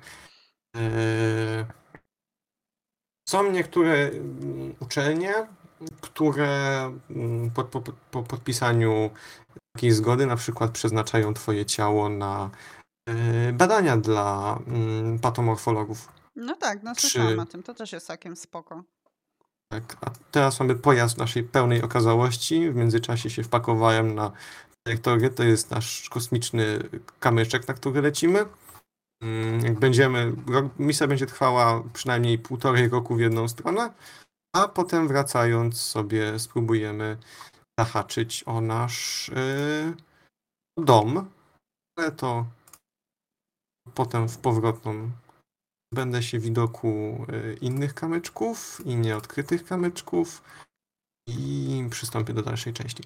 są niektóre uczelnie, które po podpisaniu takiej zgody na przykład przeznaczają twoje ciało na badania dla patomorfologów. No tak, no słyszałam o tym. To też jest całkiem spoko. Tak, a teraz mamy pojazd naszej pełnej okazałości. W międzyczasie się wpakowałem na trajektorię. To jest nasz kosmiczny kamyczek, na który lecimy. Jak misja będzie trwała przynajmniej 1,5 roku w jedną stronę, a potem wracając sobie spróbujemy zahaczyć o nasz dom, ale to potem w powrotną będę się widoku innych kamyczków i nieodkrytych kamyczków i przystąpię do dalszej części.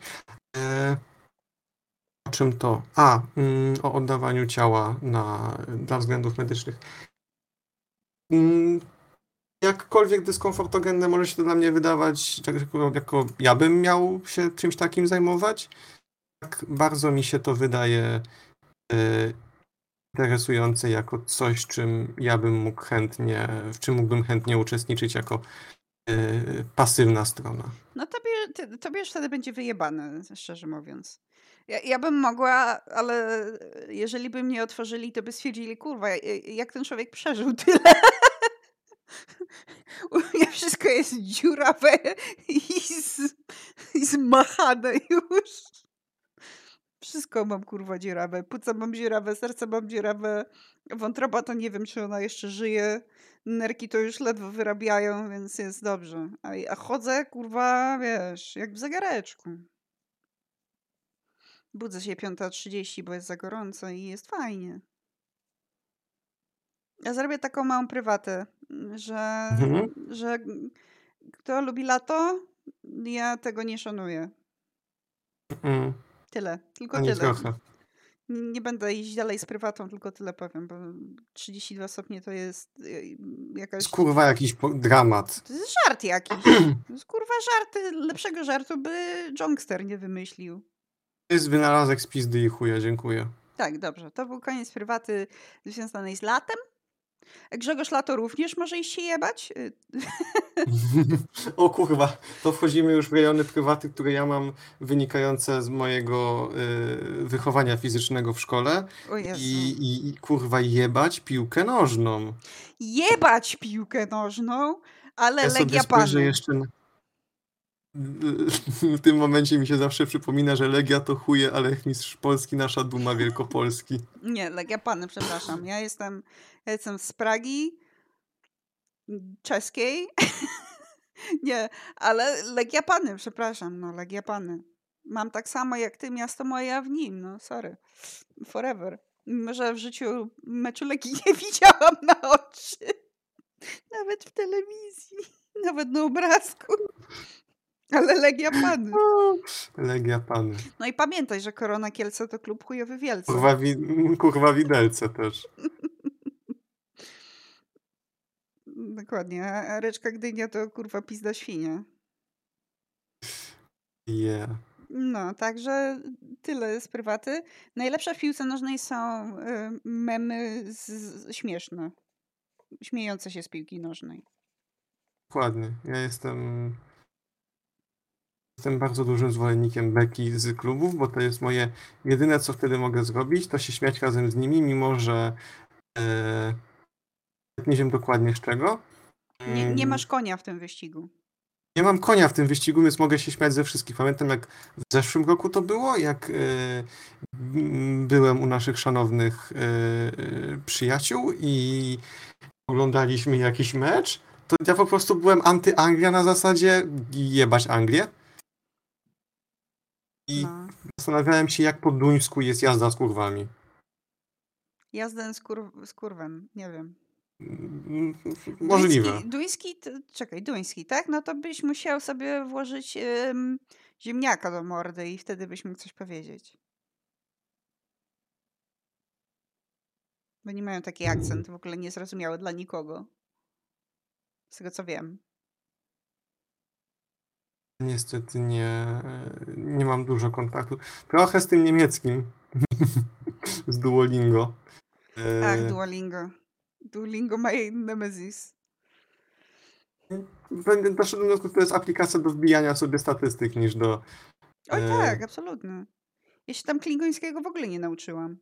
O czym to? O oddawaniu ciała dla względów medycznych. Jakkolwiek dyskomfortogenne może się to dla mnie wydawać, jako ja bym miał się czymś takim zajmować, tak bardzo mi się to wydaje interesujące jako coś, w czym mógłbym chętnie uczestniczyć jako pasywna strona. No tobie już wtedy będzie wyjebane, szczerze mówiąc. Ja bym mogła, ale jeżeli by mnie otworzyli, to by stwierdzili, kurwa, jak ten człowiek przeżył tyle. U mnie wszystko jest dziurawe i zmachane już. Wszystko mam, kurwa, dziurawe. Płuca mam dziurawe, serce mam dziurawe, wątroba to nie wiem, czy ona jeszcze żyje. Nerki to już ledwo wyrabiają, więc jest dobrze. A chodzę, kurwa, wiesz, jak w zegareczku. Budzę się 5:30, bo jest za gorąco i jest fajnie. Ja zrobię taką małą prywatę, że kto lubi lato, ja tego nie szanuję. Mm, Tyle, tylko ani tyle. trochę. Nie będę iść dalej z prywatą, tylko tyle powiem, bo 32 stopnie to jest jakaś... Kurwa jakiś dramat. To jest żart jakiś. To jest kurwa żart. Lepszego żartu by Jongster nie wymyślił. To jest wynalazek z pizdy i chuja, dziękuję. Tak, dobrze. To był koniec prywaty związanej z latem. Grzegorz Lato również może iść się jebać. O kurwa, to wchodzimy już w rejony prywaty, które ja mam wynikające z mojego wychowania fizycznego w szkole. O Jezu. I kurwa jebać piłkę nożną. Jebać piłkę nożną, ale Ja sobie Legia spojrzę Pany. jeszcze w tym momencie mi się zawsze przypomina, że Legia to chuje, ale mistrz Polski nasza duma Wielkopolski. Nie, Legia Pany, przepraszam. Ja jestem z Pragi czeskiej. Nie, ale Legia Pany, przepraszam, no Legia Pany. Mam tak samo jak ty, miasto moje, a w nim, no sorry. Forever. Mimo, że w życiu meczu Legii nie widziałam na oczy. Nawet w telewizji, nawet na obrazku. Ale Legia Pany. Legia Pany. No i pamiętaj, że Korona Kielce to klub chujowy wielce. Kurwa widelce też. Dokładnie, a Reczka Gdynia to kurwa pizda świnia. Yeah. No, także tyle z prywaty. Najlepsze w piłce nożnej są memy śmieszne. Śmiejące się z piłki nożnej. Dokładnie. Ja jestem bardzo dużym zwolennikiem beki z klubów, bo to jest moje jedyne, co wtedy mogę zrobić, to się śmiać razem z nimi, mimo że nie wiem dokładnie z czego. Nie masz konia w tym wyścigu. Nie mam konia w tym wyścigu, więc mogę się śmiać ze wszystkich. Pamiętam, jak w zeszłym roku to było, jak byłem u naszych szanownych przyjaciół i oglądaliśmy jakiś mecz, to ja po prostu byłem anty-Anglia na zasadzie jebać Anglię. I No. zastanawiałem się, jak po duńsku jest jazda z kurwami. Jazdę z kurwem, nie wiem. Możliwe. Duński, tak? No to byś musiał sobie włożyć ziemniaka do mordy i wtedy byś mógł coś powiedzieć. Bo nie mają taki akcent, w ogóle niezrozumiały dla nikogo. Z tego co wiem. Niestety nie mam dużo kontaktu. Trochę z tym niemieckim. Z Duolingo. Ach, Duolingo. Duolingo my nemesis. Doszedłem do wniosku, że to jest aplikacja do wbijania sobie statystyk niż do... Oj tak, absolutnie. Ja się tam klingońskiego w ogóle nie nauczyłam.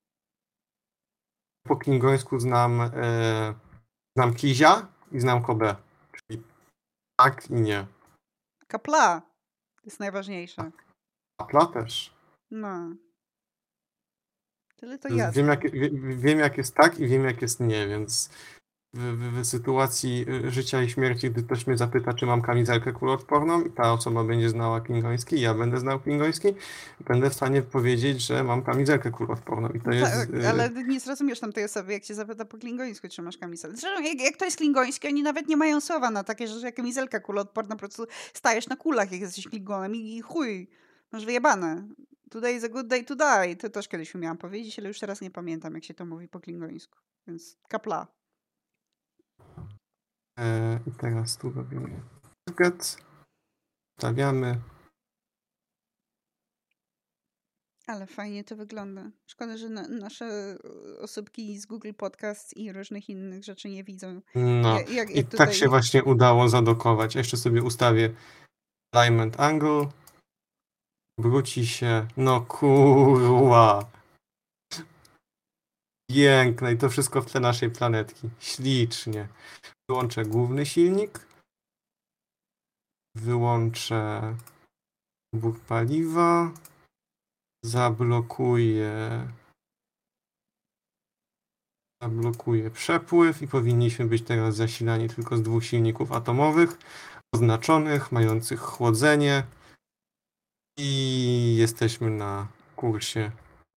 Po klingońsku znam Kizia i znam Kobe. Czyli tak i nie. Kapla jest najważniejsze. Apla też. No. Tyle to Wiem jasne. wiem jak jest tak i wiem jak jest nie, więc w sytuacji życia i śmierci, gdy ktoś mnie zapyta, czy mam kamizelkę kuloodporną i ta osoba będzie znała klingoński, ja będę znał klingoński, będę w stanie powiedzieć, że mam kamizelkę kuloodporną i to No jest... tak, ale nie zrozumiesz tam tej osoby, jak cię zapyta po klingońsku, czy masz kamizelkę. Zresztą jak to jest klingońskie, oni nawet nie mają słowa na takie rzeczy jak kamizelka kuloodporna, po prostu stajesz na kulach, jak jesteś klingonem i chuj, masz wyjebane. Today is a good day to die. To też kiedyś umiałam powiedzieć, ale już teraz nie pamiętam, jak się to mówi po klingońsku. Więc kapla. I teraz tu robimy target, stawiamy. Ale fajnie to wygląda. Szkoda, że nasze osóbki z Google Podcast i różnych innych rzeczy nie widzą. No Jak i tutaj... tak się właśnie udało zadokować. Jeszcze sobie ustawię alignment angle. Wróci się. No kurwa. Piękne i to wszystko w tle naszej planetki. Ślicznie. Wyłączę główny silnik. Wyłączę bóg paliwa. Zablokuję przepływ i powinniśmy być teraz zasilani tylko z 2 silników atomowych oznaczonych, mających chłodzenie i jesteśmy na kursie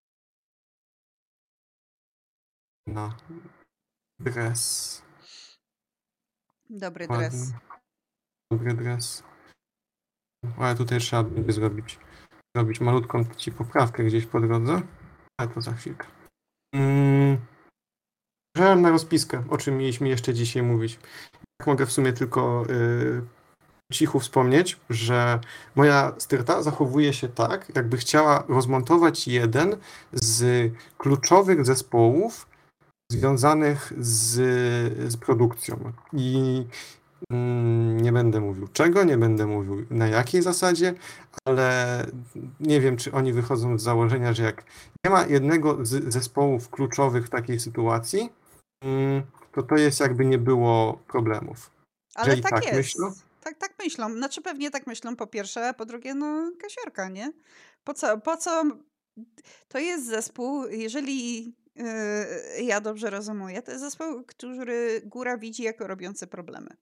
na dres. Dobry Ładny. dres. Dobry dres. Ale tutaj trzeba będzie zrobić malutką ci poprawkę gdzieś po drodze. Ale to za chwilkę. Mm, Żałem na rozpiskę, o czym mieliśmy jeszcze dzisiaj mówić. Tak mogę w sumie tylko cichu wspomnieć, że moja styrta zachowuje się tak, jakby chciała rozmontować jeden z kluczowych zespołów związanych z produkcją. I nie będę mówił czego, nie będę mówił na jakiej zasadzie, ale nie wiem, czy oni wychodzą z założenia, że jak nie ma jednego z zespołów kluczowych w takiej sytuacji, to jest jakby nie było problemów. Ale Jeżeli tak tak myślą, jest. Tak myślą. Znaczy pewnie tak myślą po pierwsze, a po drugie, no kasiorka, nie? Po co to jest zespół, jeżeli ja dobrze rozumuję, to jest zespół, który góra widzi jako robiący problemy.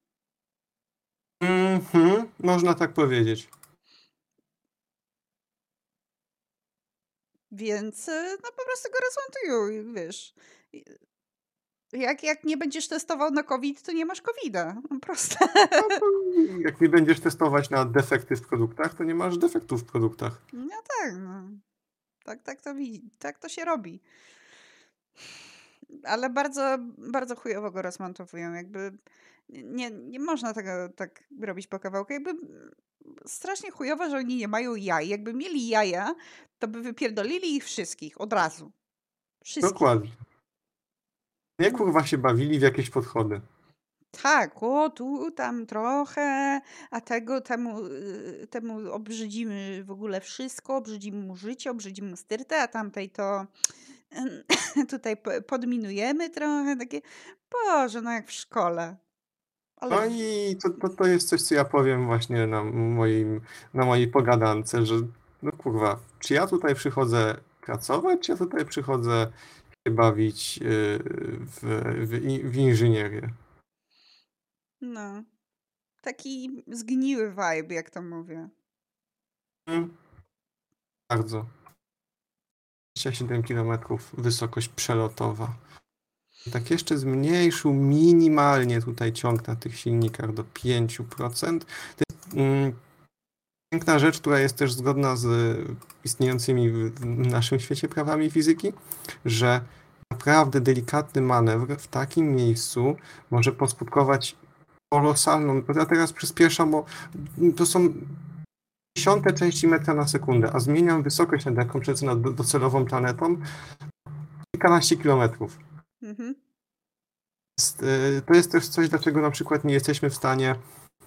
można tak powiedzieć. Więc no po prostu go rozmontują i wiesz. Jak nie będziesz testował na COVID, to nie masz COVID-a. Proste. No to jak nie będziesz testować na defekty w produktach, to nie masz defektów w produktach. No tak, no. Tak to się robi. Ale bardzo, bardzo chujowo go rozmontowują. Jakby nie można tego tak robić po kawałku. Jakby strasznie chujowo, że oni nie mają jaj. Jakby mieli jaja, to by wypierdolili ich wszystkich od razu. Wszystkich. Dokładnie. Nie kurwa się bawili w jakieś podchody. Tak, tu, tam trochę, a temu obrzydzimy w ogóle wszystko, obrzydzimy mu życie, obrzydzimy mu styrtę, a tamtej to tutaj podminujemy trochę, takie, Boże, no jak w szkole. Ale No i to jest coś, co ja powiem właśnie na mojej pogadance, że no kurwa, czy ja tutaj przychodzę pracować, czy ja tutaj przychodzę się bawić w inżynierię. no, taki zgniły vibe, jak to mówię. Bardzo. 27 km wysokość przelotowa. Tak jeszcze zmniejszył minimalnie tutaj ciąg na tych silnikach do 5%. To jest piękna rzecz, która jest też zgodna z istniejącymi w naszym świecie prawami fizyki, że naprawdę delikatny manewr w takim miejscu może poskutkować kolosalną. Ja teraz przyspieszam, bo to są dziesiąte części metra na sekundę, a zmieniam wysokość, nad jaką przelecę nad docelową planetą, kilkanaście kilometrów. Mhm. To jest też coś, dlaczego na przykład nie jesteśmy w stanie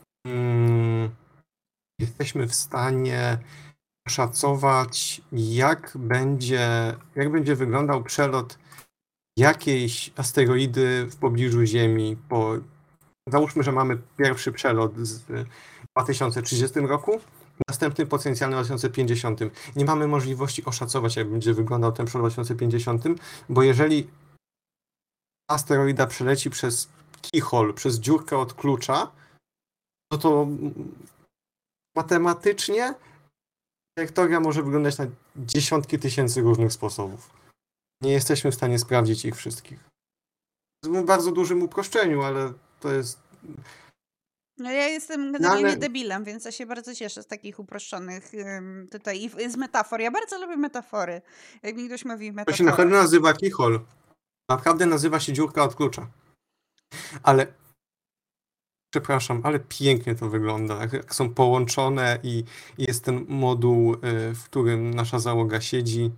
oszacować, jak będzie wyglądał przelot jakiejś asteroidy w pobliżu Ziemi. Załóżmy, że mamy pierwszy przelot w 2030 roku, następny potencjalny w 2050. Nie mamy możliwości oszacować, jak będzie wyglądał ten przelot w 2050, bo jeżeli asteroida przeleci przez keyhole, przez dziurkę od klucza, no to matematycznie trajektoria może wyglądać na dziesiątki tysięcy różnych sposobów. Nie jesteśmy w stanie sprawdzić ich wszystkich. W bardzo dużym uproszczeniu, ale to jest... No ja jestem generalnie debilem, więc ja się bardzo cieszę z takich uproszczonych tutaj i z metafor. Ja bardzo lubię metafory. Jak mi ktoś mówi To metaforę. się naprawdę nazywa keyhole. Naprawdę nazywa się dziurka od klucza. Ale przepraszam, ale pięknie to wygląda. Jak są połączone i jest ten moduł, w którym nasza załoga siedzi.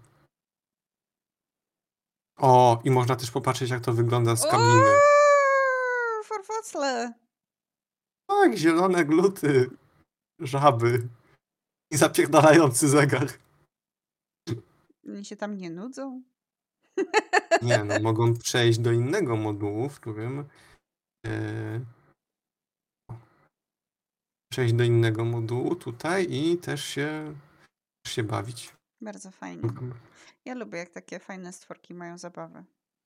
O, i można też popatrzeć, jak to wygląda z kabiny. Farfocle. Tak, zielone gluty, żaby i zapierdalający zegar. Oni się tam nie nudzą? Nie, no mogą przejść do innego modułu, w którym przejść do innego modułu tutaj i też się bawić. Bardzo fajnie. Ja lubię, jak takie fajne stworki mają zabawę.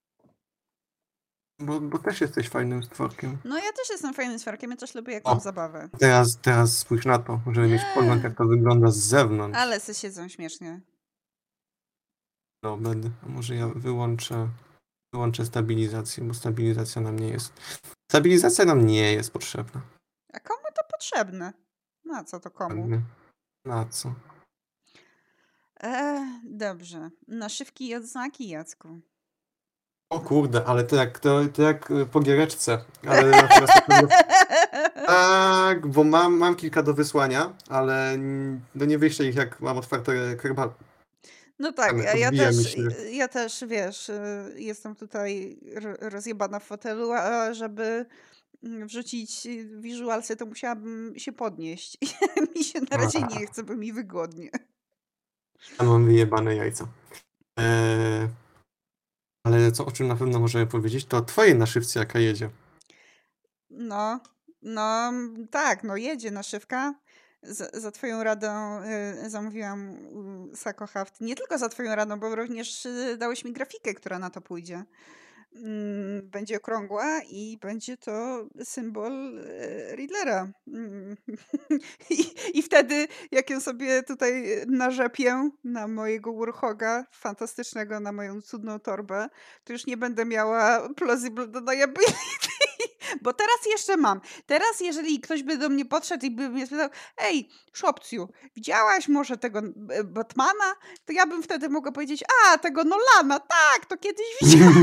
Bo też jesteś fajnym stworkiem. No ja też jestem fajnym stworkiem, ja też lubię, jak mam zabawę. Teraz spójrz na to, żeby mieć pogląd, jak to wygląda z zewnątrz. Ale se siedzą śmiesznie. No, będę. A może ja wyłączę stabilizację, bo stabilizacja nam nie jest. Stabilizacja nam nie jest potrzebna. A komu to potrzebne? Na co to komu? Na co? Dobrze. Naszywki i odznaki, Jacku. O kurde, ale to jak po giereczce. Ale teraz na pewno... Tak, bo mam kilka do wysłania, ale no nie wyślę ich, jak mam otwarte kerbal. No tak, Odbija mi się. ja też, wiesz, jestem tutaj rozjebana w fotelu, a żeby wrzucić wizualsy, to musiałabym się podnieść. Mi się na razie nie chce, bo mi wygodnie. Ja mam wyjebane jajca. Ale o czym na pewno możemy powiedzieć, to twojej naszywce jaka jedzie. No, tak, jedzie naszywka. Za twoją radą zamówiłam u Sako Haft. Nie tylko za twoją radą, bo również dałeś mi grafikę, która na to pójdzie. Będzie okrągła i będzie to symbol Riddlera. I wtedy, jak ją sobie tutaj narzepię na mojego Warhoga fantastycznego, na moją cudną torbę, to już nie będę miała plausible deniability. Bo teraz jeszcze mam. Teraz, jeżeli ktoś by do mnie podszedł i by mnie spytał, ej, Szopciu, widziałaś może tego Batmana? To ja bym wtedy mogła powiedzieć, a, tego Nolana, tak, to kiedyś widziałam.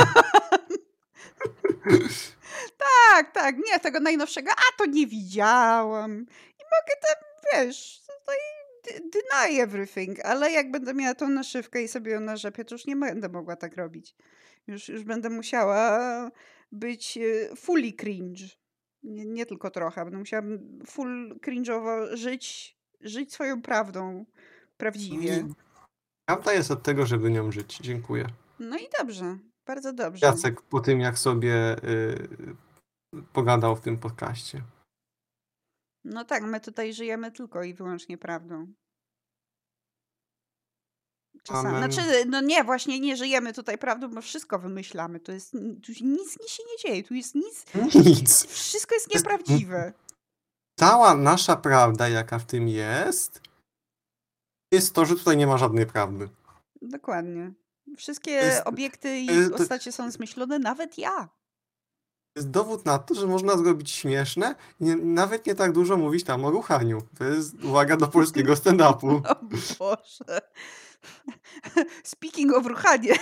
Tak, nie, tego najnowszego, a to nie widziałam. I mogę tam, wiesz, tutaj deny everything, ale jak będę miała tą naszywkę i sobie ją narzepię, to już nie będę mogła tak robić. Już będę musiała być fully cringe. Nie tylko trochę, będę musiała full cringe'owo żyć swoją prawdą, prawdziwie. Prawda jest od tego, żeby nią żyć. Dziękuję. No i dobrze, bardzo dobrze. Jacek po tym, jak sobie pogadał w tym podcaście. No tak, my tutaj żyjemy tylko i wyłącznie prawdą. Czasami. Znaczy, no nie, właśnie nie żyjemy tutaj prawdą, bo wszystko wymyślamy. Tu nic się nie dzieje, tu jest nic. Nic. Wszystko jest nieprawdziwe. Cała nasza prawda, jaka w tym jest to, że tutaj nie ma żadnej prawdy. Dokładnie. Wszystkie obiekty i postacie są zmyślone, nawet ja. Jest dowód na to, że można zrobić śmieszne i nawet nie tak dużo mówić tam o ruchaniu. To jest uwaga do polskiego stand-upu. O Boże. Speaking of ruchanie.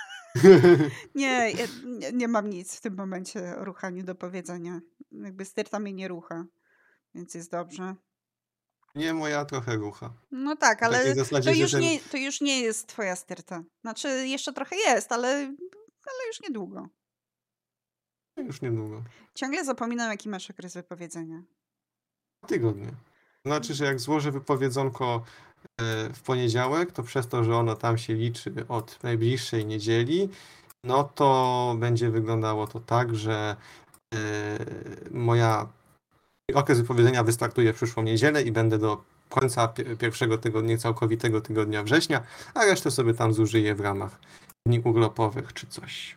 Nie mam nic w tym momencie o ruchaniu do powiedzenia. Jakby styrta mnie nie rucha, więc jest dobrze. Nie, moja trochę rucha. No tak, ale to już nie jest twoja styrta. Znaczy, jeszcze trochę jest, ale już niedługo. Już niedługo. Ciągle zapominam, jaki masz okres wypowiedzenia. Tygodnie. Znaczy, że jak złożę wypowiedzonko w poniedziałek, to przez to, że ono tam się liczy od najbliższej niedzieli, no to będzie wyglądało to tak, że moja okres wypowiedzenia wystartuje w przyszłą niedzielę i będę do końca pierwszego tygodnia, całkowitego tygodnia września, a resztę sobie tam zużyję w ramach dni urlopowych czy coś.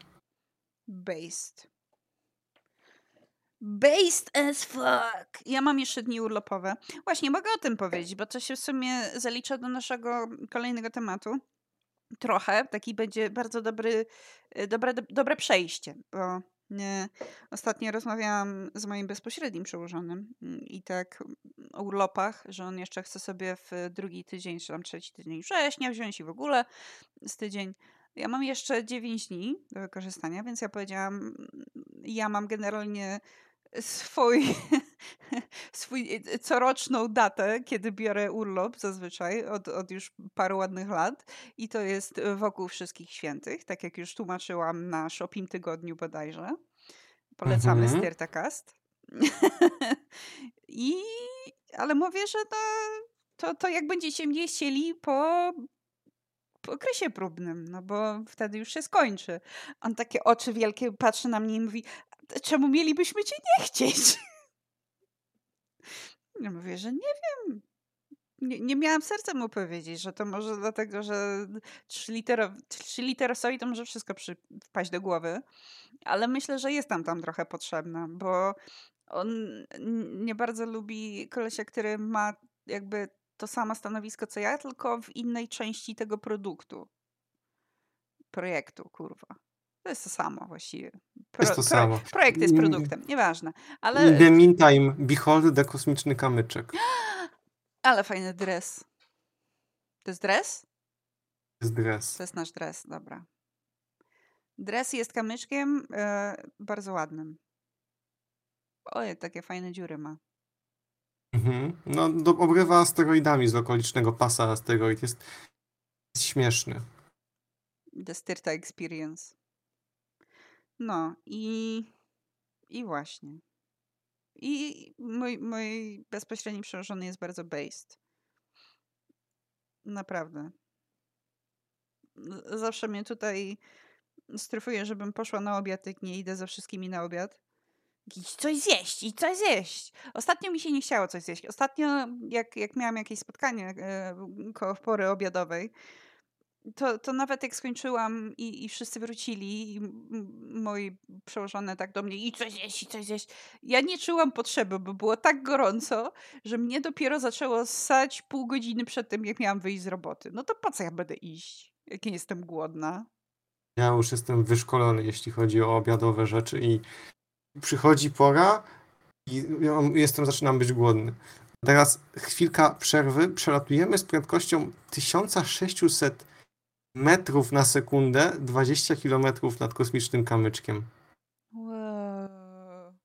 Based as fuck. Ja mam jeszcze dni urlopowe. Właśnie, mogę o tym powiedzieć, bo to się w sumie zalicza do naszego kolejnego tematu. Trochę. Taki będzie bardzo dobre przejście, bo ostatnio rozmawiałam z moim bezpośrednim przełożonym i tak o urlopach, że on jeszcze chce sobie w drugi tydzień, czy tam trzeci tydzień września wziąć i w ogóle z tydzień. Ja mam jeszcze 9 dni do wykorzystania, więc ja powiedziałam, ja mam generalnie swój coroczną datę, kiedy biorę urlop zazwyczaj od już paru ładnych lat i to jest wokół Wszystkich Świętych, tak jak już tłumaczyłam na Shopim Tygodniu bodajże. Polecamy Styrtacast. Ale mówię, że to jak będziecie mnie chcieli po okresie próbnym, no bo wtedy już się skończy. On takie oczy wielkie patrzy na mnie i mówi, czemu mielibyśmy cię nie chcieć? Ja mówię, że nie wiem. Nie miałam serca mu powiedzieć, że to może dlatego, że trzyliterosowi to może wszystko wpaść do głowy, ale myślę, że jest tam trochę potrzebna, bo on nie bardzo lubi kolesia, który ma jakby to samo stanowisko co ja, tylko w innej części tego projektu, kurwa. To jest to samo właściwie. Jest to samo. Projekt jest produktem, nieważne. Ale... In the meantime, behold the kosmiczny kamyczek. Ale fajny dres. To jest dres? jest dres. To jest nasz dres, dobra. Dres jest kamyczkiem bardzo ładnym. Ojej, takie fajne dziury ma. No, obrywa asteroidami z okolicznego pasa asteroid. Jest śmieszny. The Styrta Experience. No i właśnie. I mój bezpośredni przełożony jest bardzo based. Naprawdę. Zawsze mnie tutaj strefuje, żebym poszła na obiad, jak nie idę ze wszystkimi na obiad. Idź coś zjeść, idź coś zjeść. Ostatnio mi się nie chciało coś zjeść. Ostatnio, jak miałam jakieś spotkanie koło pory obiadowej, to nawet jak skończyłam i wszyscy wrócili i moi przełożone tak do mnie i coś zjeść, i coś zjeść. Ja nie czułam potrzeby, bo było tak gorąco, że mnie dopiero zaczęło ssać pół godziny przed tym, jak miałam wyjść z roboty. No to po co ja będę iść, jak nie jestem głodna? Ja już jestem wyszkolony, jeśli chodzi o obiadowe rzeczy i przychodzi pora i zaczynam być głodny. Teraz chwilka przerwy. Przelatujemy z prędkością 1600 metrów na sekundę, 20 kilometrów nad kosmicznym kamyczkiem. Wow.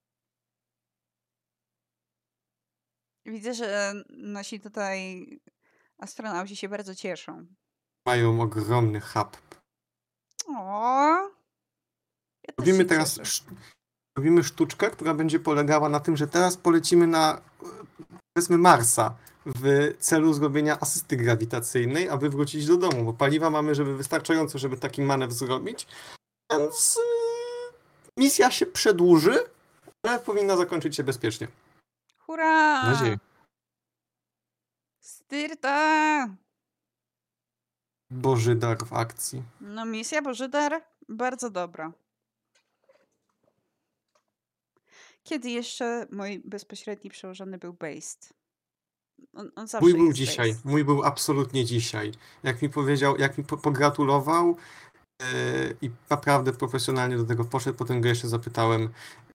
Widzę, że nasi tutaj astronauci się bardzo cieszą. Mają ogromny hub. O, ja też Robimy się teraz cieszę. robimy sztuczkę, która będzie polegała na tym, że teraz polecimy na powiedzmy Marsa w celu zrobienia asysty grawitacyjnej, aby wrócić do domu, bo paliwa mamy, żeby wystarczająco, żeby taki manewr zrobić, więc misja się przedłuży, ale powinna zakończyć się bezpiecznie. Hurra! Mam nadzieję. Styrta! Boży dar w akcji. No misja Bożydar bardzo dobra. Kiedy jeszcze mój bezpośredni przełożony był based? On zawsze Mój był jest dzisiaj. based. Mój był absolutnie dzisiaj. Jak mi powiedział, jak mi pogratulował i naprawdę profesjonalnie do tego poszedł, potem go jeszcze zapytałem,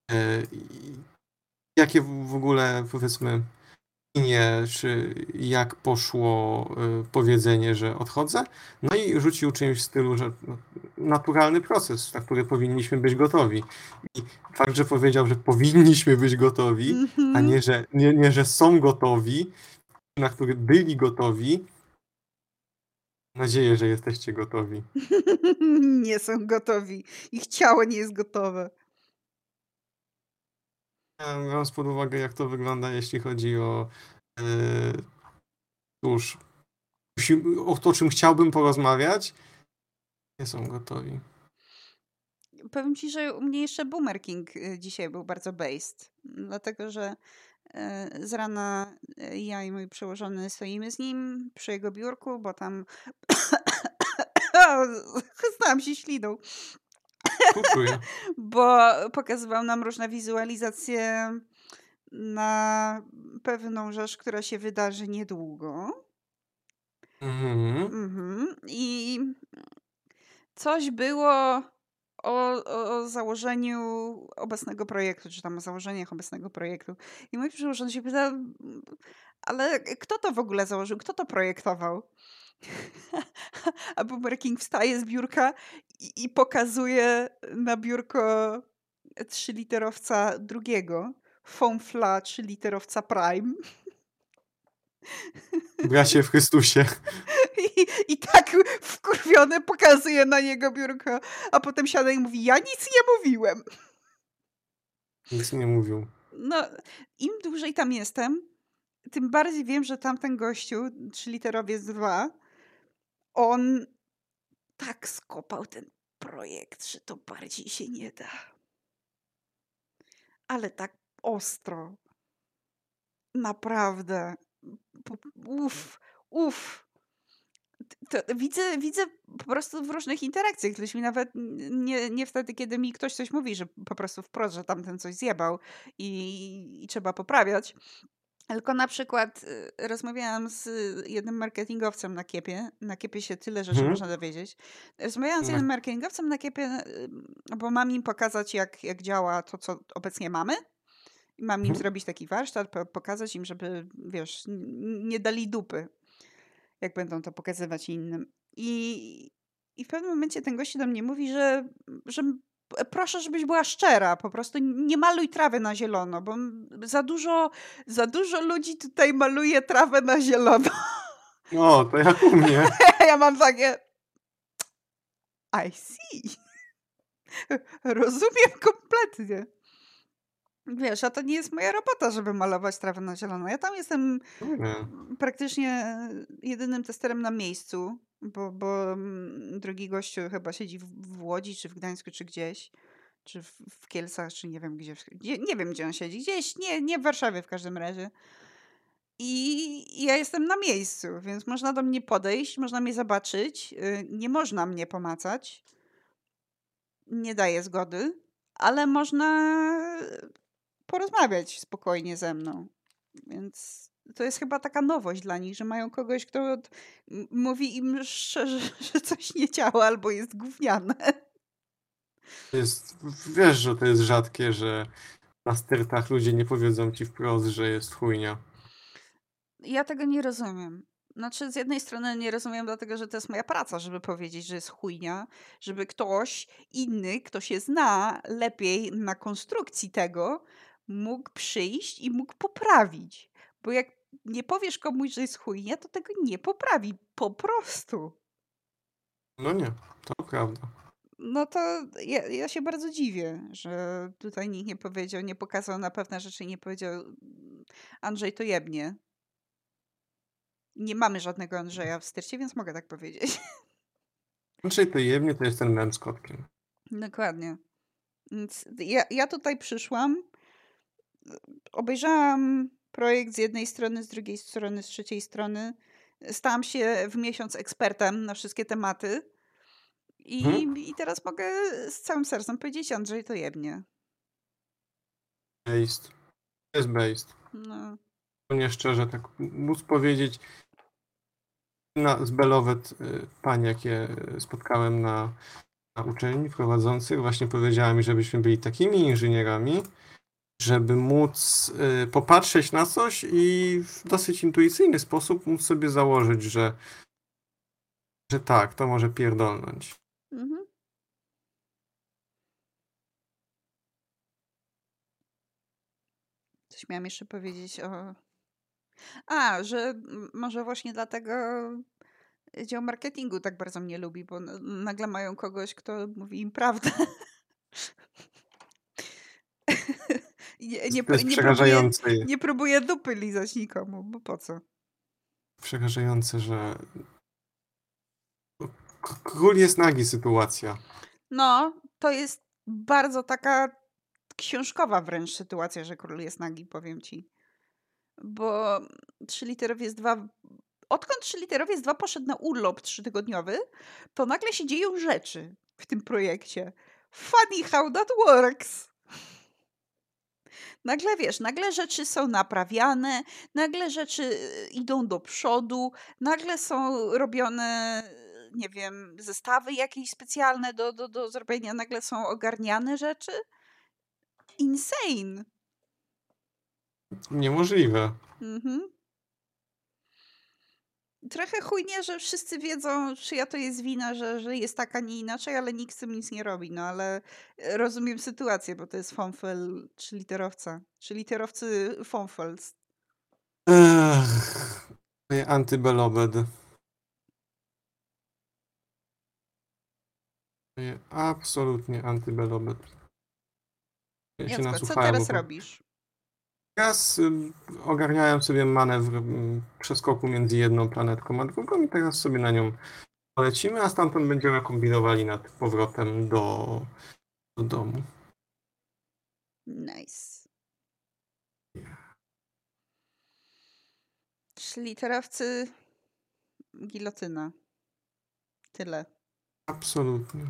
jakie w ogóle, powiedzmy, nie, czy jak poszło powiedzenie, że odchodzę. No i rzucił czymś w stylu, że naturalny proces, na który powinniśmy być gotowi. I fakt, że powiedział, że powinniśmy być gotowi, a nie, że, że są gotowi, na który byli gotowi. Mam nadzieję, że jesteście gotowi. Nie są gotowi. Ich ciało nie jest gotowe. Biorąc pod uwagę, jak to wygląda, jeśli chodzi o cóż, o to, czym chciałbym porozmawiać, nie są gotowi. Powiem ci, że u mnie jeszcze Boomer King dzisiaj był bardzo based. Dlatego, że z rana ja i mój przełożony stoimy z nim przy jego biurku, bo tam chystałam się śliną. Czuję. Bo pokazywał nam różne wizualizacje na pewną rzecz, która się wydarzy niedługo. I coś było o założeniu obecnego projektu, czy tam o założeniach obecnego projektu. I mój przełożony się pyta, ale kto to w ogóle założył? Kto to projektował? A Boomer King wstaje z biurka i pokazuje na biurko 3-literowca drugiego. Fonfla 3-literowca Prime. Bracie w Chrystusie. I tak wkurwiony pokazuje na niego biurko, a potem siada i mówi, ja nic nie mówiłem. Nic nie mówił. No, im dłużej tam jestem, tym bardziej wiem, że tamten gościu, 3-literowiec 2, on tak skopał ten projekt, że to bardziej się nie da. Ale tak ostro. Naprawdę. Uff. To widzę po prostu w różnych interakcjach. To mi nawet nie wtedy, kiedy mi ktoś coś mówi, że po prostu wprost, że tamten coś zjebał i trzeba poprawiać. Tylko na przykład rozmawiałam z jednym marketingowcem na Kiepie. Na Kiepie się tyle rzeczy można dowiedzieć. Rozmawiałam z jednym marketingowcem na Kiepie, bo mam im pokazać, jak działa to, co obecnie mamy. I mam im zrobić taki warsztat, pokazać im, żeby, wiesz, nie dali dupy, jak będą to pokazywać innym. I, I w pewnym momencie ten gość do mnie mówi, że proszę, żebyś była szczera, po prostu nie maluj trawy na zielono, bo za dużo ludzi tutaj maluje trawę na zielono. No, to jak u mnie. Ja mam takie I see. Rozumiem kompletnie. Wiesz, a to nie jest moja robota, żeby malować trawę na zielono. Ja tam jestem Nie. praktycznie jedynym testerem na miejscu, bo drugi gościu chyba siedzi w Łodzi, czy w Gdańsku, czy gdzieś, czy w Kielcach, czy nie wiem gdzie, nie wiem gdzie on siedzi, gdzieś, nie w Warszawie w każdym razie. I ja jestem na miejscu, więc można do mnie podejść, można mnie zobaczyć, nie można mnie pomacać, nie daję zgody, ale można porozmawiać spokojnie ze mną. Więc to jest chyba taka nowość dla nich, że mają kogoś, kto mówi im szczerze, że coś nie działa albo jest gówniane. Wiesz, że to jest rzadkie, że na styrtach ludzie nie powiedzą ci wprost, że jest chujnia. Ja tego nie rozumiem. Znaczy, z jednej strony nie rozumiem, dlatego że to jest moja praca, żeby powiedzieć, że jest chujnia, żeby ktoś inny, kto się zna lepiej na konstrukcji tego, mógł przyjść i mógł poprawić. Bo jak nie powiesz komuś, że jest chujnia, to tego nie poprawi. Po prostu. No nie, to prawda. No to ja się bardzo dziwię, że tutaj nikt nie powiedział, nie pokazał na pewne rzeczy, nie powiedział Andrzej to jebnie. Nie mamy żadnego Andrzeja w styrcie, więc mogę tak powiedzieć. Znaczy to jemnie to jest ten mem z kotkiem. Dokładnie. Więc ja tutaj przyszłam, obejrzałam projekt z jednej strony, z drugiej strony, z trzeciej strony. Stałam się w miesiąc ekspertem na wszystkie tematy. I teraz mogę z całym sercem powiedzieć, Andrzej to jebnie. Based. To jest based. No. Nie szczerze, tak móc powiedzieć, z Belowet pań, jakie spotkałem na uczelni prowadzących, właśnie powiedziała mi, żebyśmy byli takimi inżynierami, żeby móc popatrzeć na coś i w dosyć intuicyjny sposób móc sobie założyć, że tak, to może pierdolnąć. Mhm. Coś miałam jeszcze powiedzieć o... że może właśnie dlatego dział marketingu tak bardzo mnie lubi, bo nagle mają kogoś, kto mówi im prawdę. To jest przerażające. Nie próbuje dupy lizać nikomu, bo po co? Przerażające, że król jest nagi sytuacja. No, to jest bardzo taka książkowa wręcz sytuacja, że król jest nagi, powiem ci. Bo 3 literowiec 2... Odkąd 3 literowiec 2 poszedł na urlop 3-tygodniowy, to nagle się dzieją rzeczy w tym projekcie. Funny how that works. Nagle wiesz, nagle rzeczy są naprawiane, nagle rzeczy idą do przodu, nagle są robione, nie wiem, zestawy jakieś specjalne do zrobienia, nagle są ogarniane rzeczy. Insane. Niemożliwe. Mhm. Trochę chujnie, że wszyscy wiedzą, czyja to jest wina, że jest tak, a nie inaczej, ale nikt z tym nic nie robi. No ale rozumiem sytuację, bo to jest Fonfel 3-literowca. 3-literowcy Fonfels. Antybelobed. Absolutnie antybelobed. Ja się Jacko, co nasłuchałem, teraz bo robisz? teraz ogarniałem sobie manewr przeskoku między jedną planetką a drugą i teraz sobie na nią polecimy, a stamtąd będziemy kombinowali nad powrotem do domu. Nice. 3-literowcy gilotyna. Tyle. Absolutnie.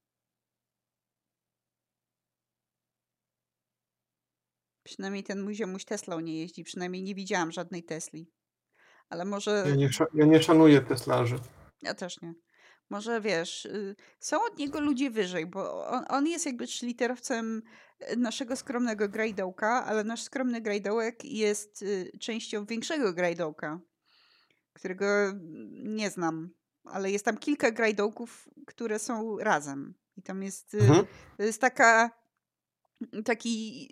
Przynajmniej ten mój ziomuś Teslą nie jeździ. Przynajmniej nie widziałam żadnej Tesli. Ale może... Ja nie szanuję Teslarzy. Ja też nie. Może wiesz, są od niego ludzie wyżej, bo on jest jakby 3-literowcem naszego skromnego grajdołka, ale nasz skromny grajdołek jest częścią większego grajdołka, którego nie znam, ale jest tam kilka grajdołków, które są razem. I tam jest, Mhm. to jest taki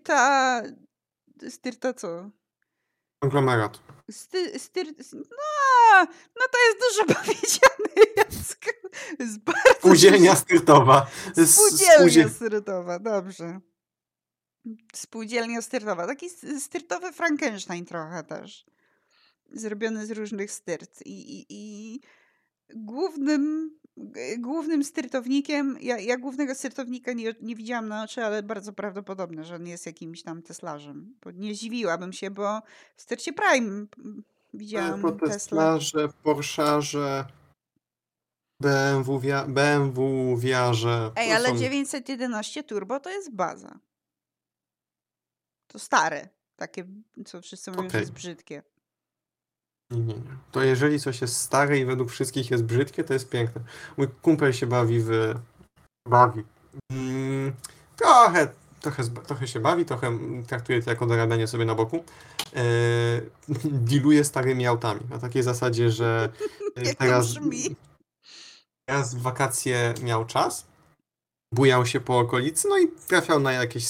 styrta co? Konglomerat. No to jest dużo powiedziane, Jacku. Jest bardzo Spółdzielnia dużo. styrtowa. Spółdzielnia styrtowa, dobrze. Spółdzielnia styrtowa. Taki styrtowy Frankenstein trochę też. Zrobiony z różnych styrt. I głównym styrtownikiem, ja głównego styrtownika nie widziałam na oczy, ale bardzo prawdopodobne, że on jest jakimś tam Teslarzem. Bo nie zdziwiłabym się, bo w styrcie Prime widziałam Tesla. Teslarze, Porszarze, BMW wiarze. Ej, To ale są... 911 Turbo to jest baza. To stare. Takie, co wszyscy mówią, że Okej. jest brzydkie. Nie. To jeżeli coś jest stare i według wszystkich jest brzydkie, to jest piękne. Mój kumpel się bawi. Mm, trochę się bawi, trochę traktuje to jako dorabianie sobie na boku. Dealuje starymi autami. Na takiej zasadzie, że Jak to teraz brzmi? w wakacje miał czas, bujał się po okolicy, no i trafiał na jakieś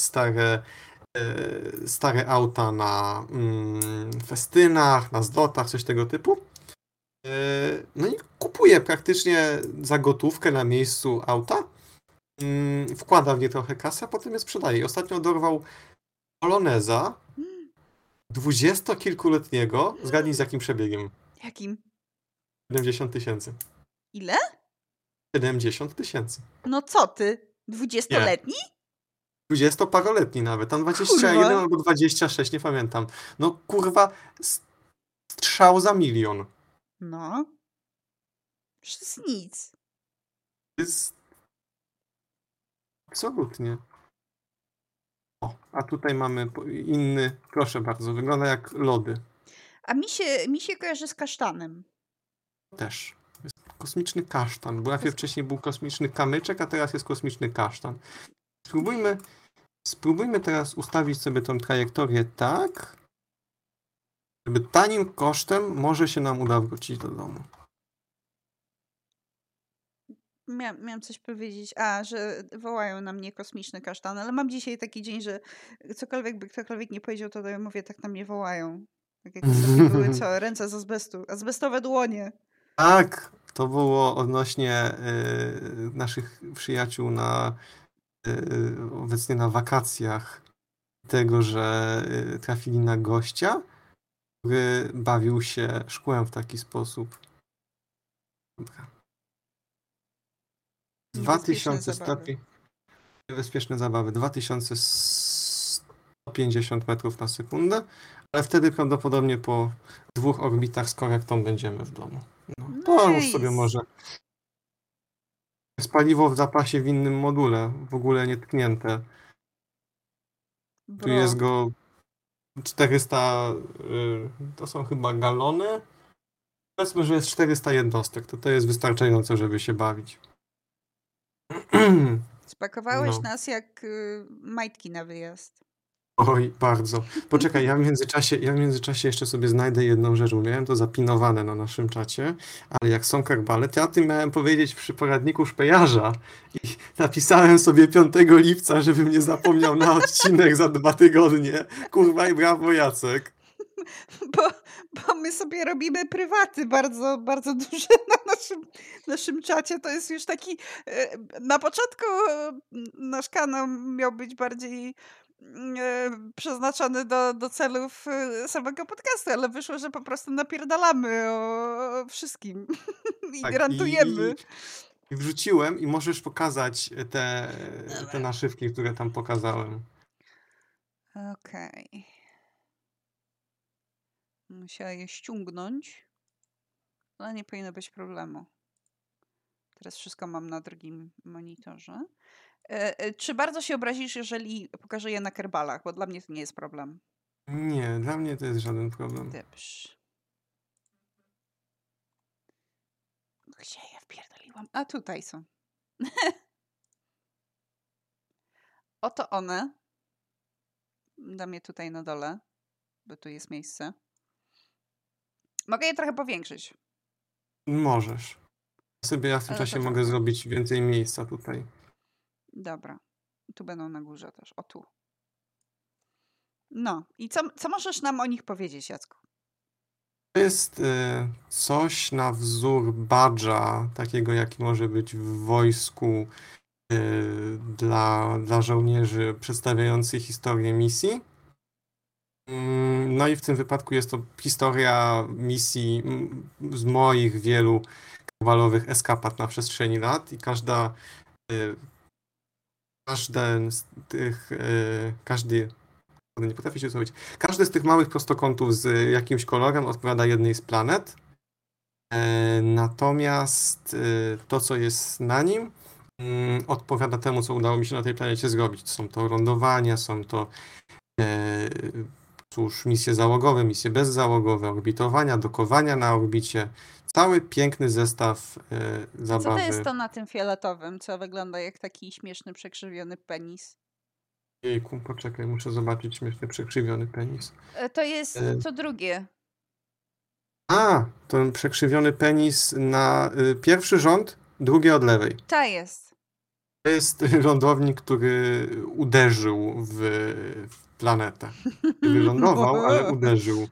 stare auta na festynach, na zlotach, coś tego typu. No i kupuje praktycznie za gotówkę na miejscu auta, wkłada w nie trochę kasy, a potem je sprzedaje. I ostatnio dorwał Poloneza 20-kilkuletniego, zgadnij z jakim przebiegiem. Jakim? 70 tysięcy. Ile? 70 tysięcy. No co ty? Nie. 20-letni? 20-paroletni nawet, tam 21 Kurwa. albo 26, nie pamiętam. No kurwa, strzał za milion. No. Przecież to jest nic. To jest... Absolutnie. O, a tutaj mamy inny, proszę bardzo, wygląda jak lody. A mi się kojarzy z kasztanem. Też. Jest kosmiczny kasztan, bo najpierw wcześniej był kosmiczny kamyczek, a teraz jest kosmiczny kasztan. Spróbujmy teraz ustawić sobie tą trajektorię tak, żeby tanim kosztem może się nam uda wrócić do domu. Miałam coś powiedzieć. Że wołają na mnie kosmiczny kasztan, ale mam dzisiaj taki dzień, że cokolwiek by ktokolwiek nie powiedział, to ja mówię, tak na mnie wołają. Tak jak ostatnio były co? Ręce z azbestu. Azbestowe dłonie. Tak, to było odnośnie naszych przyjaciół obecnie na wakacjach. Tego, że trafili na gościa, który bawił się szkłem w taki sposób. Dobra. Niebezpieczne 2000 zabawy. stopni. Niebezpieczne zabawy. 2150 metrów na sekundę, ale wtedy prawdopodobnie po 2 orbitach z korektą będziemy w domu. No, to już sobie może. Jest paliwo w zapasie w innym module, w ogóle nie tknięte. Tu jest go 400, to są chyba galony. Powiedzmy, że jest 400 jednostek, to jest wystarczająco, żeby się bawić. Spakowałeś No. nas jak majtki na wyjazd. Oj, bardzo. Poczekaj, ja w międzyczasie jeszcze sobie znajdę jedną rzecz. Miałem to zapinowane na naszym czacie, ale jak są karbale, to ja o tym miałem powiedzieć przy poradniku szpejarza i napisałem sobie 5 lipca, żebym nie zapomniał na odcinek za 2 tygodnie. Kurwa i brawo, Jacek. Bo my sobie robimy prywaty bardzo, bardzo duże na naszym czacie. To jest już taki... Na początku nasz kanał miał być bardziej przeznaczony do celów samego podcastu, ale wyszło, że po prostu napierdalamy o wszystkim i Tak, grantujemy. I wrzuciłem i możesz pokazać te naszywki, które tam pokazałem. Okej. Musiała je ściągnąć, ale nie powinno być problemu. Teraz wszystko mam na drugim monitorze. Czy bardzo się obrazisz, jeżeli pokażę je na kerbalach? Bo dla mnie to nie jest problem. Nie, dla mnie to jest żaden problem. Dobrze. Gdzie ja wpierdoliłam? A tutaj są. Oto one. Dam je tutaj na dole, bo tu jest miejsce. Mogę je trochę powiększyć. Możesz. Ja w tym Ale czasie to mogę czekaj. zrobić więcej miejsca tutaj. Dobra. Tu będą na górze też. O tu. No. I co możesz nam o nich powiedzieć, Jacku? To jest coś na wzór badża, takiego jaki może być w wojsku dla żołnierzy przedstawiających historię misji. No i w tym wypadku jest to historia misji z moich wielu karwalowych eskapad na przestrzeni lat i każdy z tych, nie potrafię się zrobić. Każdy z tych małych prostokątów z jakimś kolorem odpowiada jednej z planet. Natomiast to, co jest na nim, odpowiada temu, co udało mi się na tej planecie zrobić. Są to lądowania, są to misje załogowe, misje bezzałogowe, orbitowania, dokowania na orbicie. Cały piękny zestaw Co to jest zabawy. to na tym fioletowym, co wygląda jak taki śmieszny, przekrzywiony penis? Jejku, poczekaj, muszę zobaczyć śmieszny, przekrzywiony penis. To jest E, to drugie. Ten przekrzywiony penis na pierwszy rząd, drugi od lewej. Ta jest. To jest lądownik, który uderzył w planetę. Nie wylądował, ale uderzył.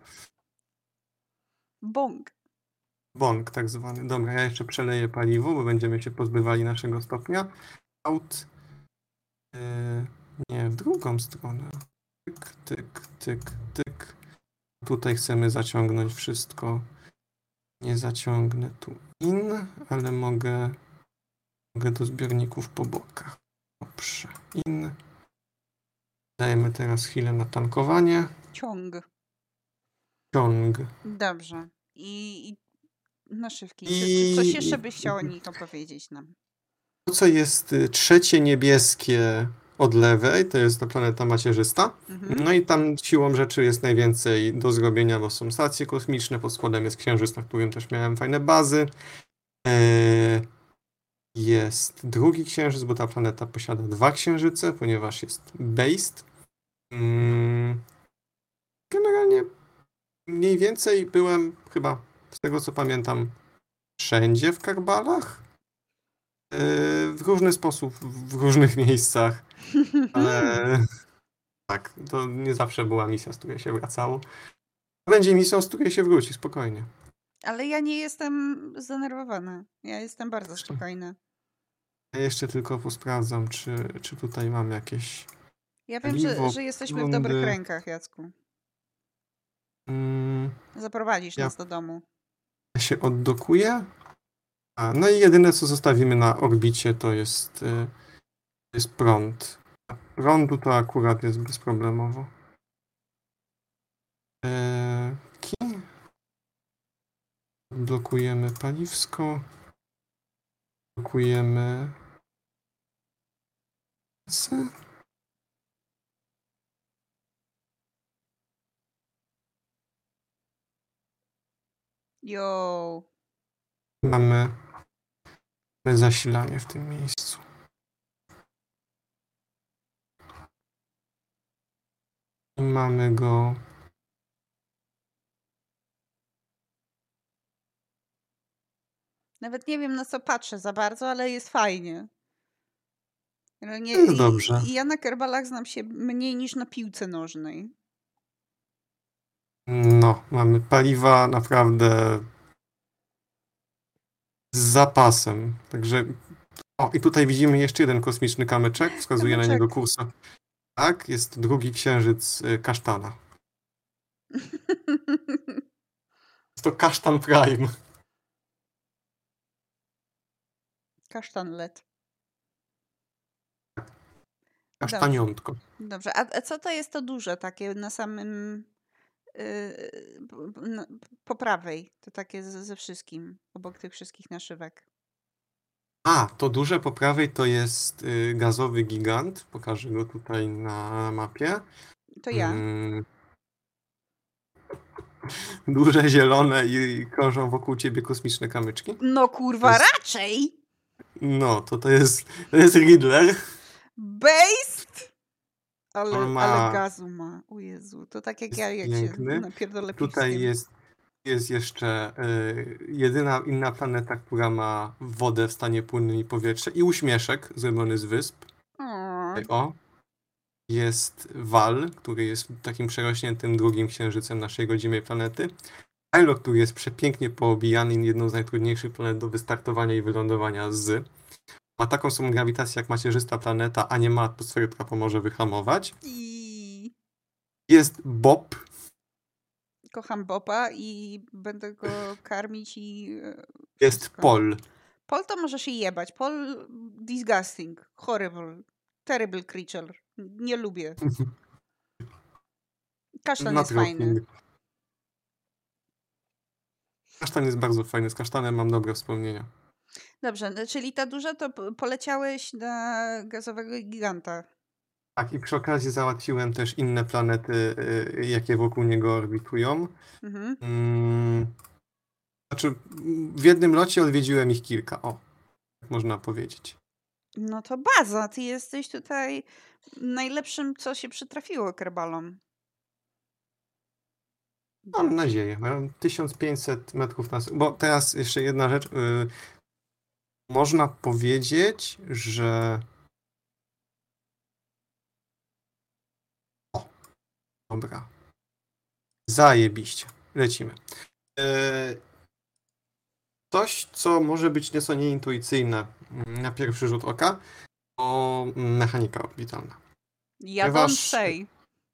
Bąk. Bąk tak zwany. Dobra, ja jeszcze przeleję paliwo, bo będziemy się pozbywali naszego stopnia. Out. Nie, w drugą stronę. Tyk, tyk, tyk, tyk. Tutaj chcemy zaciągnąć wszystko. Nie zaciągnę tu in, ale mogę do zbiorników po bokach. Dobrze. In. Dajemy teraz chwilę na tankowanie. Ciąg. Ciąg. Dobrze. I naszywki. I- Coś jeszcze byś chciał o nich opowiedzieć nam? To, co jest trzecie niebieskie od lewej, to jest ta planeta macierzysta. Mhm. No i tam siłą rzeczy jest najwięcej do zrobienia, bo są stacje kosmiczne, pod spodem jest księżyc, na którym też miałem fajne bazy. Jest drugi księżyc, bo ta planeta posiada 2 księżyce, ponieważ jest based. Generalnie mniej więcej byłem chyba, z tego co pamiętam, wszędzie w Karbalach. W różny sposób, w różnych miejscach, ale tak, to nie zawsze była misja, z której się wracało. Będzie misją, z której się wróci, spokojnie. Ale ja nie jestem zdenerwowana. Ja jestem bardzo spokojna. Ja jeszcze tylko posprawdzam, czy tutaj mam jakieś Ja wiem, paliwo, że jesteśmy w prądy. dobrych rękach, Jacku. Zaprowadzisz Ja- nas do domu. Ja się oddokuję. No i jedyne, co zostawimy na orbicie, to jest prąd. Prądu to akurat jest bezproblemowo. Blokujemy paliwsko. Blokujemy C. Jo. Mamy zasilanie w tym miejscu. I mamy go. Nawet nie wiem, na co patrzę za bardzo, ale jest fajnie. Nie, Jest dobrze. Ja na kerbalach znam się mniej niż na piłce nożnej. No, mamy paliwa naprawdę z zapasem. Także. O, i tutaj widzimy jeszcze jeden kosmiczny kamyczek. Wskazuje na niego kursor. Tak, jest drugi księżyc kasztana. Jest to kasztan Prime. Kasztan LED. Kasztaniątko. Dobrze, a co to jest to duże takie na samym po prawej? To takie ze wszystkim, obok tych wszystkich naszywek. To duże po prawej to jest gazowy gigant. Pokażę go tutaj na mapie. To ja. Duże, zielone i krążą wokół ciebie kosmiczne kamyczki. No kurwa, jest- raczej! No, to jest Riddler. Based! On ma- Ale gazu ma. O Jezu, to tak jak Jest ja, jak piękny. się napierdolę Tutaj piskiem. jest Jest jeszcze jedyna inna planeta, która ma wodę w stanie płynnym i powietrze i uśmieszek zrobiony z wysp. O, O, jest Wal, który jest takim przerośniętym drugim księżycem naszej rodzimej planety. Ailor, który jest przepięknie poobijany i jedną z najtrudniejszych planet do wystartowania i wylądowania z. Ma taką samą grawitację jak macierzysta planeta, a nie ma atmosfery, która pomoże wyhamować. i Jest Bob. kocham Boba i będę go karmić i Jest wszystko. Pol. Pol to może się jebać. Pol disgusting, horrible, terrible creature. Nie lubię. Kasztan jest fajny. Kasztan jest bardzo fajny. Z kasztanem mam dobre wspomnienia. Dobrze, czyli ta duża to poleciałeś na gazowego giganta. Tak, i przy okazji załatwiłem też inne planety, jakie wokół niego orbitują. Mhm. Znaczy, w jednym locie odwiedziłem ich kilka, tak można powiedzieć. No to baza, ty jesteś tutaj najlepszym, co się przytrafiło kerbalom. Mam nadzieję. Mam 1500 metrów na sekundę. Bo teraz jeszcze jedna rzecz. Można powiedzieć, że... Dobra. Zajebiście. Lecimy. Coś, co może być nieco nieintuicyjne na pierwszy rzut oka, to mechanika orbitalna. Ja don't Ponieważ- say.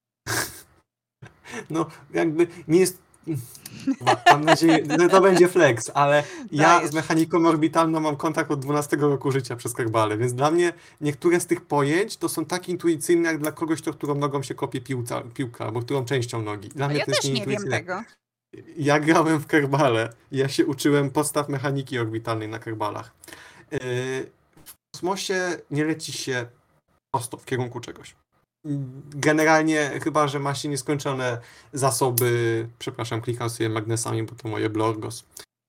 No, jakby nie jest... Mam nadzieję, że to będzie flex, ale ja Dajesz. z mechaniką orbitalną mam kontakt od 12 roku życia przez Kerbale, więc dla mnie niektóre z tych pojęć to są tak intuicyjne, jak dla kogoś, to którą nogą się kopie piłka, albo którą częścią nogi. Dla mnie Ja to jest też nie wiem nieintuicyjne. tego. Ja grałem w Kerbale. Ja się uczyłem podstaw mechaniki orbitalnej na Kerbalach. W kosmosie nie leci się prosto w kierunku czegoś. Generalnie, chyba że ma się nieskończone zasoby, przepraszam, klikam sobie magnesami, bo to moje Blorgos.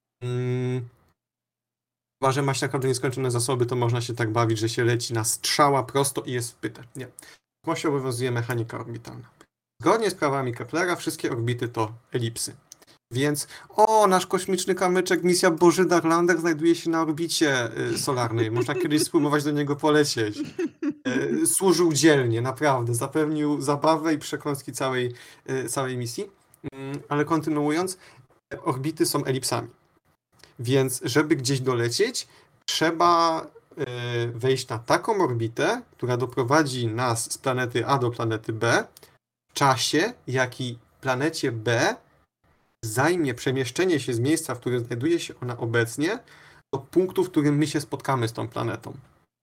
Chyba że ma się naprawdę nieskończone zasoby, to można się tak bawić, że się leci na strzała prosto i jest wpyte. Nie. W kosmosie obowiązuje mechanika orbitalna. Zgodnie z prawami Keplera wszystkie orbity to elipsy. Więc, nasz kosmiczny kamyczek, misja Bożydar Lander znajduje się na orbicie solarnej. Można kiedyś spróbować do niego polecieć. Służył dzielnie, naprawdę. Zapewnił zabawę i przekąski całej misji. Ale kontynuując, orbity są elipsami. Więc, żeby gdzieś dolecieć, trzeba wejść na taką orbitę, która doprowadzi nas z planety A do planety B w czasie, jaki planecie B zajmie przemieszczenie się z miejsca, w którym znajduje się ona obecnie, do punktu, w którym my się spotkamy z tą planetą.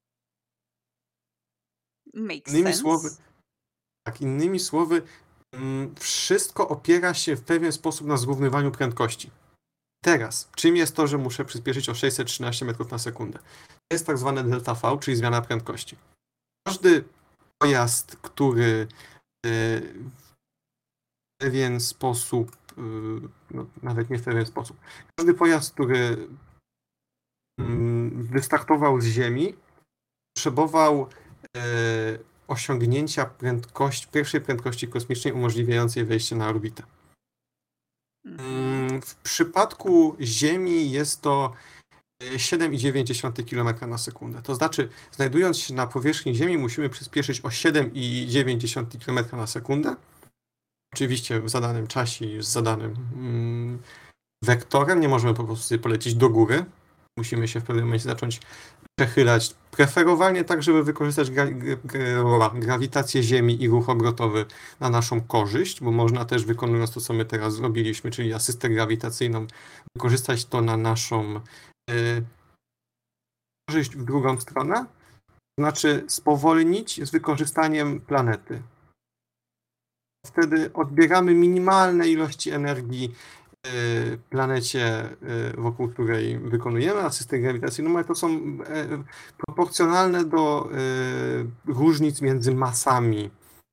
Makes Innymi sense. słowy, innymi słowy, wszystko opiera się w pewien sposób na zrównywaniu prędkości. Teraz, czym jest to, że muszę przyspieszyć o 613 metrów na sekundę? To jest tak zwane delta V, czyli zmiana prędkości. Każdy pojazd, który w pewien sposób, nawet nie w pewien sposób, każdy pojazd, który wystartował z Ziemi, potrzebował osiągnięcia pierwszej prędkości kosmicznej umożliwiającej wejście na orbitę. W przypadku Ziemi jest to 7,9 km na sekundę. To znaczy, znajdując się na powierzchni Ziemi, musimy przyspieszyć o 7,9 km na sekundę. Oczywiście w zadanym czasie i z zadanym wektorem. Nie możemy po prostu sobie polecieć do góry. Musimy się w pewnym momencie zacząć przechylać, preferowalnie tak, żeby wykorzystać grawitację Ziemi i ruch obrotowy na naszą korzyść, bo można też, wykonując to, co my teraz zrobiliśmy, czyli asystę grawitacyjną, wykorzystać to na naszą korzyść w drugą stronę, to znaczy spowolnić z wykorzystaniem planety. Wtedy odbieramy minimalne ilości energii planecie, wokół której wykonujemy asystę grawitacyjną, ale to są proporcjonalne do różnic między masami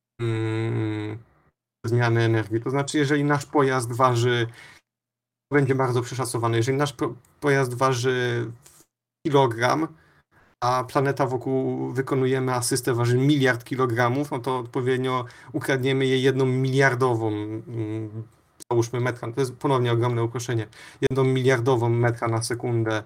zmiany energii. To znaczy, jeżeli nasz pojazd waży, będzie bardzo przeszacowany, jeżeli nasz pojazd waży kilogram, a planeta, wokół wykonujemy asystę, waży 1 miliard kilogramów, no to odpowiednio ukradniemy jej 1 miliardową załóżmy metra, to jest ponownie ogromne uproszczenie, 1 miliardową metra na sekundę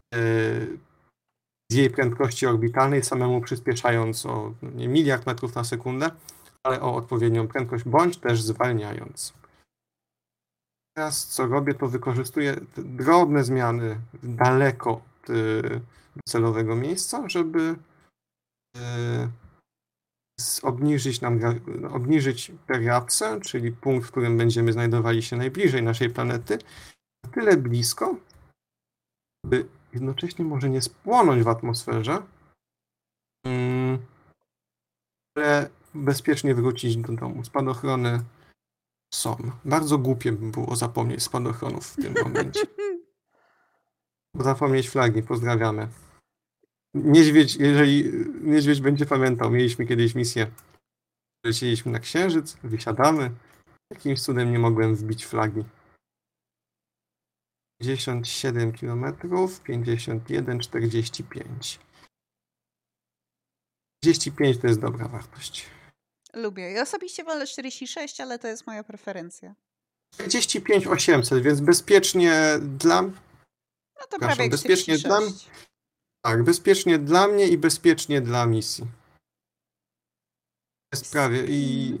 z jej prędkości orbitalnej, samemu przyspieszając o nie miliard metrów na sekundę, ale o odpowiednią prędkość, bądź też zwalniając. Teraz co robię, to wykorzystuję drobne zmiany daleko od celowego miejsca, żeby obniżyć periapsę, czyli punkt, w którym będziemy znajdowali się najbliżej naszej planety, na tyle blisko, by jednocześnie może nie spłonąć w atmosferze, ale bezpiecznie wrócić do domu. Spadochrony są. Bardzo głupie by było zapomnieć spadochronów w tym momencie. Zapomnieć flagi, pozdrawiamy. Jeżeli niedźwiedź będzie pamiętał, mieliśmy kiedyś misję. Lecieliśmy na Księżyc, wysiadamy. Jakimś cudem nie mogłem wbić flagi. 57 km, 51,45. 45 to jest dobra wartość. Lubię. Ja osobiście wolę 46, ale to jest moja preferencja. 45,800, więc bezpiecznie dla... No to Przepraszam, prawie jak bezpiecznie dla... 46. Tak, bezpiecznie dla mnie i bezpiecznie dla misji. Jest prawie i...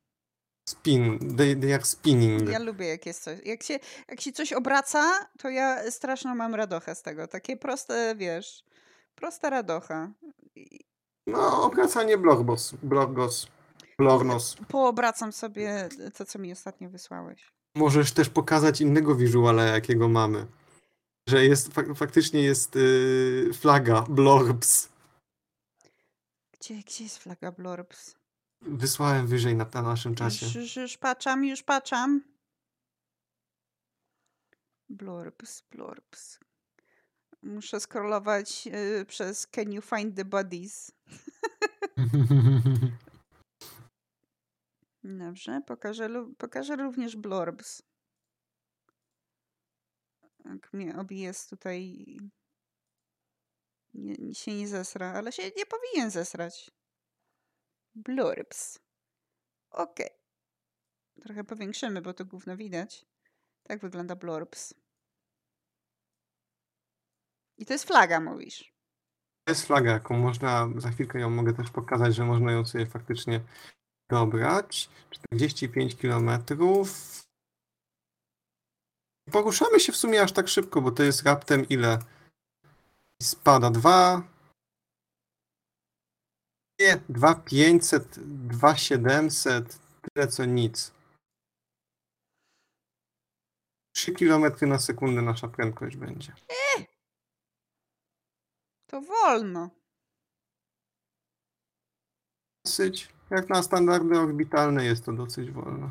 They are spinning. Ja lubię jak jest coś. Jak się coś obraca, to ja straszną mam radochę z tego. Takie proste, wiesz, prosta radocha. No, obracanie Blornos. Poobracam sobie to, co mi ostatnio wysłałeś. Możesz też pokazać innego wizuala, jakiego mamy. Że jest, faktycznie jest flaga Blorbs. Gdzie jest flaga Blorbs? Wysłałem wyżej na naszym czasie. Już patrzam. Blorbs. Muszę scrollować przez Can you find the bodies? Dobrze, pokażę również Blorbs. Jak mnie OBS tutaj się nie zesra, ale się nie powinien zesrać. Blorbs. Okej. Trochę powiększymy, bo to gówno widać. Tak wygląda Blorbs. I to jest flaga, mówisz? To jest flaga, jaką można, za chwilkę ją mogę też pokazać, że można ją sobie faktycznie dobrać. 45 km. Poruszamy się w sumie aż tak szybko, bo to jest raptem ile? Spada 2. Nie, 2500, 2700, tyle co nic. 3 km na sekundę nasza prędkość będzie. To wolno. Dosyć, jak na standardy orbitalne jest to dosyć wolno.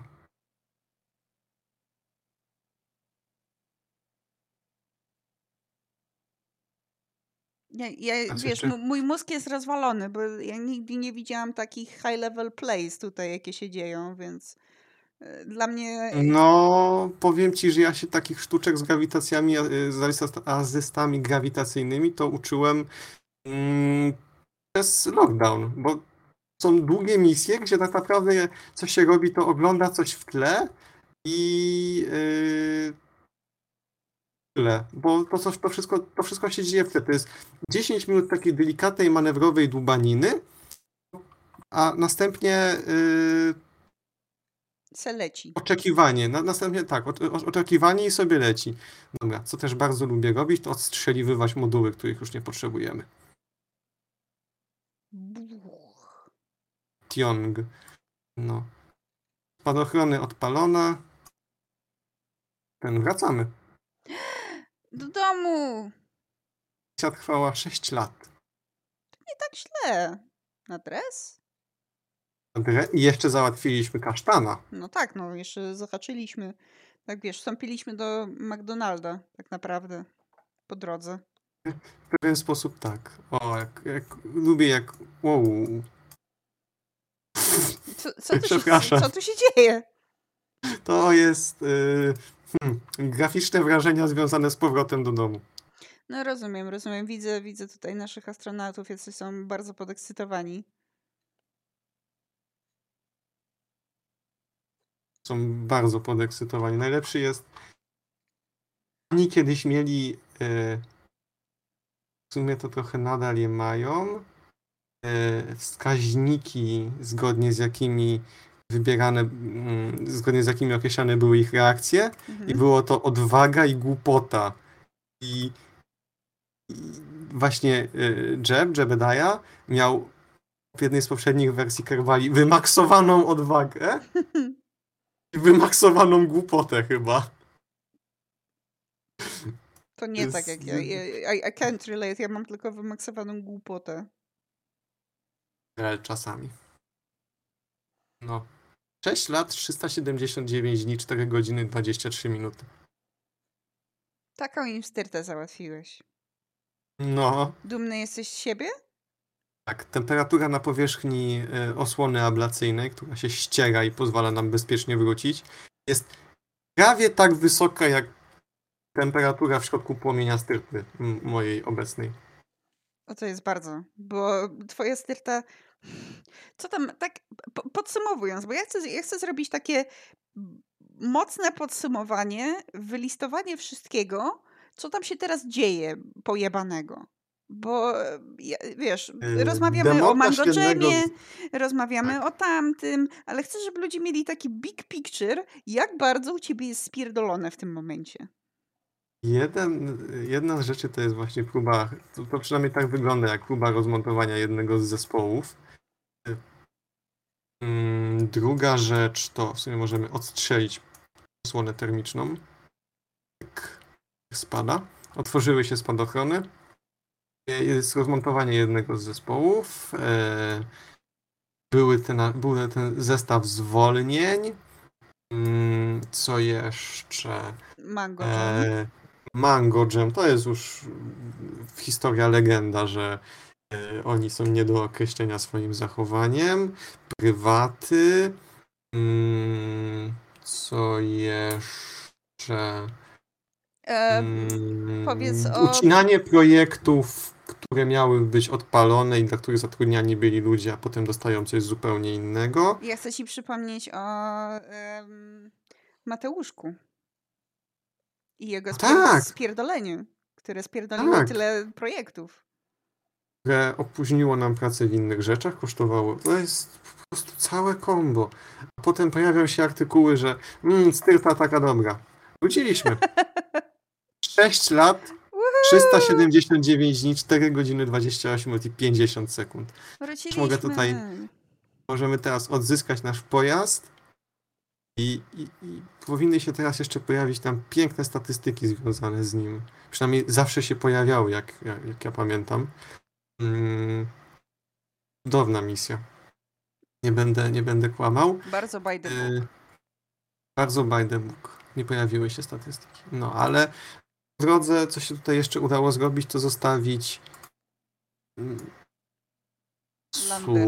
Wiesz, mój mózg jest rozwalony, bo ja nigdy nie widziałam takich high-level plays tutaj, jakie się dzieją, więc dla mnie... No, powiem ci, że ja się takich sztuczek z grawitacjami, z azystami grawitacyjnymi to uczyłem przez lockdown, bo są długie misje, gdzie tak naprawdę co się robi, to ogląda coś w tle i tyle, bo to wszystko się dzieje w tle. To jest 10 minut takiej delikatnej, manewrowej dłubaniny, a następnie se leci. oczekiwanie. Następnie tak, oczekiwanie i sobie leci. Dobra, co też bardzo lubię robić, to odstrzeliwywać moduły, których już nie potrzebujemy. Tiong. No. Spadochrony odpalone. Wracamy. Do domu! Misja trwała 6 lat. Nie tak źle. Na dres? I jeszcze załatwiliśmy kasztana. No tak, no jeszcze zahaczyliśmy. Tak wiesz, wstąpiliśmy do McDonalda tak naprawdę po drodze. W pewien sposób tak. O, lubię jak... Wow. Co tu się dzieje? To jest graficzne wrażenia związane z powrotem do domu. No rozumiem. Widzę tutaj naszych astronautów, jacy są bardzo podekscytowani. są bardzo podekscytowani. Najlepszy jest, oni kiedyś mieli, w sumie to trochę nadal je mają, wskaźniki, zgodnie z jakimi zgodnie z jakimi określane były ich reakcje i było to odwaga i głupota. I właśnie Jebediah miał w jednej z poprzednich wersji Kerwali wymaksowaną odwagę i wymaksowaną głupotę chyba. To nie tak jak ja. I can't relate, ja mam tylko wymaksowaną głupotę. Czasami. No. 6 lat, 379 dni, 4 godziny, 23 minuty. Taką im styrtę załatwiłeś. No. Dumny jesteś z siebie? Tak, temperatura na powierzchni osłony ablacyjnej, która się ściera i pozwala nam bezpiecznie wrócić, jest prawie tak wysoka jak temperatura w środku płomienia styrty mojej obecnej. O to jest bardzo, bo twoja styrta... Co tam, tak podsumowując, bo ja chcę zrobić takie mocne podsumowanie, wylistowanie wszystkiego, co tam się teraz dzieje pojebanego. Bo wiesz, rozmawiamy o Mango Jamie, rozmawiamy o tamtym, ale chcę, żeby ludzie mieli taki big picture, jak bardzo u ciebie jest spierdolone w tym momencie. Jedna z rzeczy to jest właśnie próba, to przynajmniej tak wygląda, jak próba rozmontowania jednego z zespołów. Druga rzecz to w sumie możemy odstrzelić osłonę termiczną. Jak spada. Otworzyły się spadochrony. Jest rozmontowanie jednego z zespołów. Był ten zestaw zwolnień. Co jeszcze? Mango Jam. Mango Jam. To jest już historia legenda, że oni są nie do określenia swoim zachowaniem. Prywaty. Co jeszcze? Powiedz o... Ucinanie projektów, które miały być odpalone i dla których zatrudniani byli ludzie, a potem dostają coś zupełnie innego. Ja chcę ci przypomnieć o Mateuszku i jego spierdoleniu, które spierdoliło tyle projektów. Które opóźniło nam pracę w innych rzeczach, kosztowało. To jest po prostu całe kombo. A potem pojawiają się artykuły, że styrta taka dobra. Wróciliśmy. 6 lat, 379 dni, 4 godziny, 28 minut i 50 sekund. Wróciliśmy. Możemy teraz odzyskać nasz pojazd i powinny się teraz jeszcze pojawić tam piękne statystyki związane z nim. Przynajmniej zawsze się pojawiały, jak ja pamiętam. Cudowna misja. Nie będę kłamał. Bardzo by the book. Bardzo by the book. Nie pojawiły się statystyki. No, ale w drodze, co się tutaj jeszcze udało zrobić, to zostawić Lander.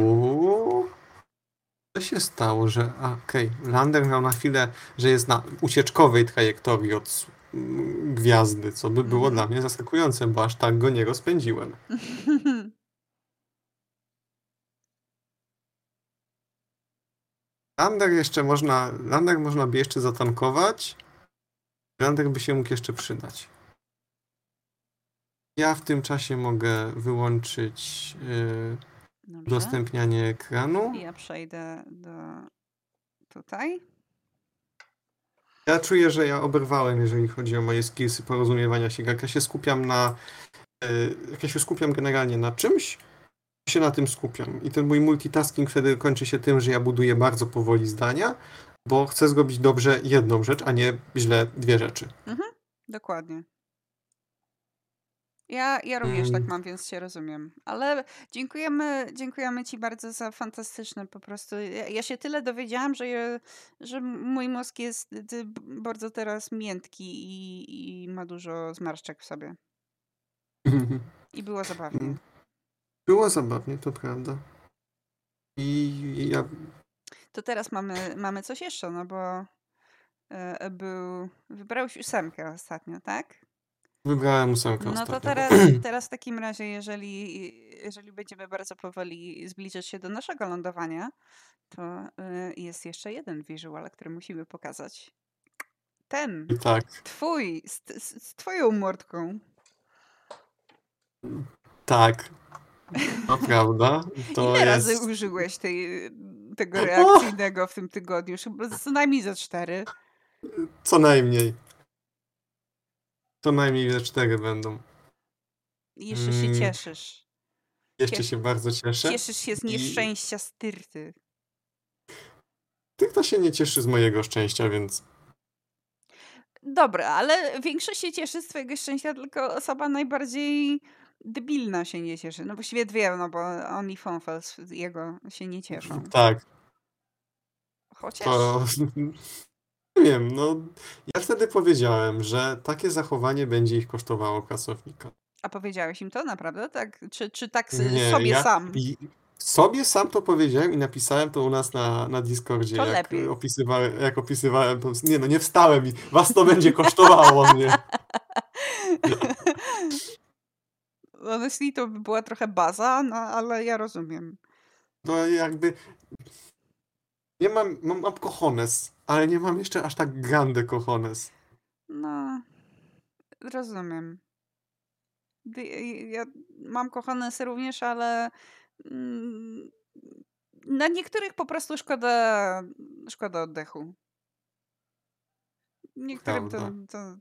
Co się stało, że Lander miał na chwilę, że jest na ucieczkowej trajektorii od gwiazdy, co by było dla mnie zaskakujące, bo aż tak go nie rozpędziłem. Lander można by jeszcze zatankować. Lander by się mógł jeszcze przydać. Ja w tym czasie mogę wyłączyć udostępnianie ekranu. Ja przejdę tutaj. Ja czuję, że ja oberwałem, jeżeli chodzi o moje skillsy porozumiewania się. Jak ja się skupiam generalnie na czymś, się na tym skupiam. I ten mój multitasking wtedy kończy się tym, że ja buduję bardzo powoli zdania, bo chcę zrobić dobrze jedną rzecz, a nie źle dwie rzeczy. Dokładnie. Ja również tak mam, więc się rozumiem. Ale dziękujemy ci bardzo za fantastyczne po prostu. Ja się tyle dowiedziałam, że mój mózg jest bardzo teraz miętki i ma dużo zmarszczek w sobie. I było zabawnie. Było zabawnie, to prawda. I ja... To teraz mamy coś jeszcze, no bo wybrałeś 8 ostatnio, tak? Wybrałem ósemkę No to ostatnio. teraz w takim razie, jeżeli będziemy bardzo powoli zbliżać się do naszego lądowania, to jest jeszcze jeden visual, który musimy pokazać. Ten, I tak, twój, z twoją mordką. tak, to prawda. To Ile razy jest... użyłeś tego reakcyjnego w tym tygodniu? Chyba co najmniej ze 4. Co najmniej. Co najmniej ze 4 będą. I jeszcze się Mm, cieszysz. Jeszcze się bardzo cieszę. Cieszysz się z I nieszczęścia Styrty. kto się nie cieszy z mojego szczęścia, więc Dobra, ale większość się cieszy z twojego szczęścia, tylko osoba najbardziej debilna się nie cieszy. No właściwie dwie, no bo on i Fonfels jego się nie cieszą. tak, Chociaż to nie wiem, no ja wtedy powiedziałem, że takie zachowanie będzie ich kosztowało pracownika. A powiedziałeś im to naprawdę? Tak? Czy tak Nie, sobie ja sam? sobie sam to powiedziałem i napisałem to u nas na Discordzie, To jak lepiej. opisywałem to. Nie no, nie wstałem i was to będzie kosztowało mnie. Honestly, to by była trochę baza, no ale ja rozumiem. No jakby nie mam cojones, ale nie mam jeszcze aż tak grande cojones. No, rozumiem. Ja mam kochanesy również, ale na niektórych po prostu szkoda oddechu. Niektórym to Prawda.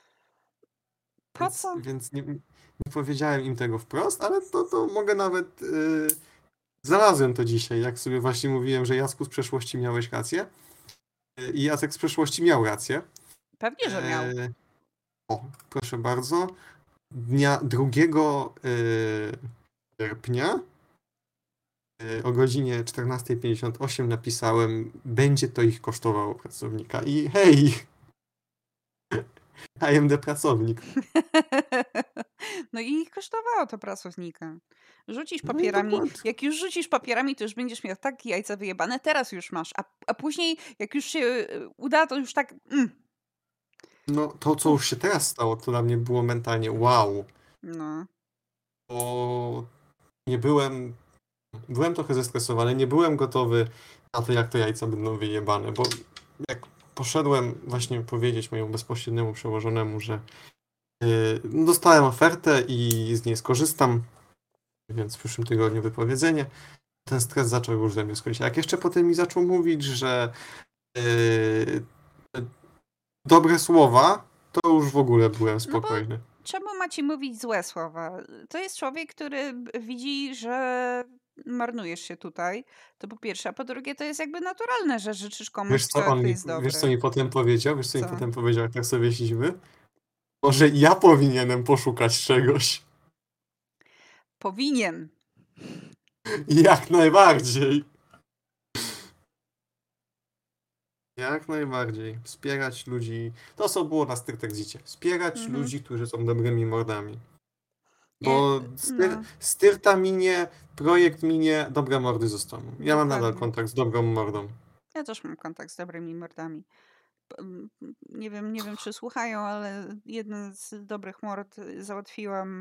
po co? Więc nie powiedziałem im tego wprost, ale to mogę nawet... Znalazłem to dzisiaj, jak sobie właśnie mówiłem, że Jacku z przeszłości miałeś rację. I Jacek z przeszłości miał rację. Pewnie, że miał. O, proszę bardzo. Dnia 2 sierpnia o godzinie 14:58 napisałem, będzie to ich kosztowało pracownika. I hej! I am the pracownik. No i kosztowało to pracownika. Rzucisz No i papierami. dokładnie. Jak już rzucisz papierami, to już będziesz miał tak jajca wyjebane. Teraz już masz. A później, jak już się uda, to już tak... No to, co już się teraz stało, to dla mnie było mentalnie wow. No. Bo nie byłem trochę zestresowany, nie byłem gotowy na to, jak te jajca będą wyjebane, bo jak poszedłem właśnie powiedzieć mojemu bezpośredniemu przełożonemu, że dostałem ofertę i z niej skorzystam, więc w przyszłym tygodniu wypowiedzenie, ten stres zaczął już ze mnie schodzić. A jak jeszcze potem mi zaczął mówić, że dobre słowa, to już w ogóle byłem spokojny. Czemu ma ci mówić złe słowa? To jest człowiek, który widzi, że marnujesz się tutaj. To po pierwsze. A po drugie, to jest jakby naturalne, że życzysz komuś, Wiesz co kto jest dobry. wiesz co mi potem powiedział? Wiesz co mi Co? potem powiedział, jak tak sobie szliśmy? Może ja powinienem poszukać czegoś. Powinien. Jak najbardziej. Jak najbardziej. Wspierać ludzi. To co było na Styrtexicie. Wspierać ludzi, którzy są dobrymi mordami. Bo Styrta minie, projekt minie, dobre mordy zostaną. Ja mam nadal Dokładnie. kontakt z dobrą mordą. Ja też mam kontakt z dobrymi mordami. Nie wiem, czy słuchają, ale jeden z dobrych mord załatwiłam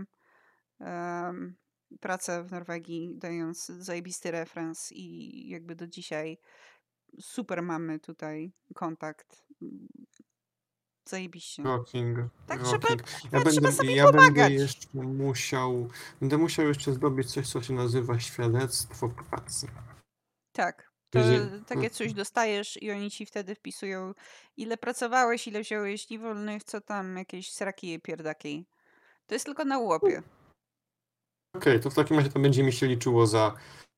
pracę w Norwegii, dając zajebisty referens i jakby do dzisiaj super mamy tutaj kontakt. Zajebiście. Rocking. Tak, Rocking. trzeba sobie Ja pomagać. będę musiał jeszcze zdobyć coś, co się nazywa świadectwo pracy. Tak. To Gdzie- takie coś dostajesz i oni ci wtedy wpisują, ile pracowałeś, ile wziąłeś dni wolnych, co tam, jakieś sraki i pierdaki. To jest tylko na łopie. Okej, to w takim razie to będzie mi się liczyło za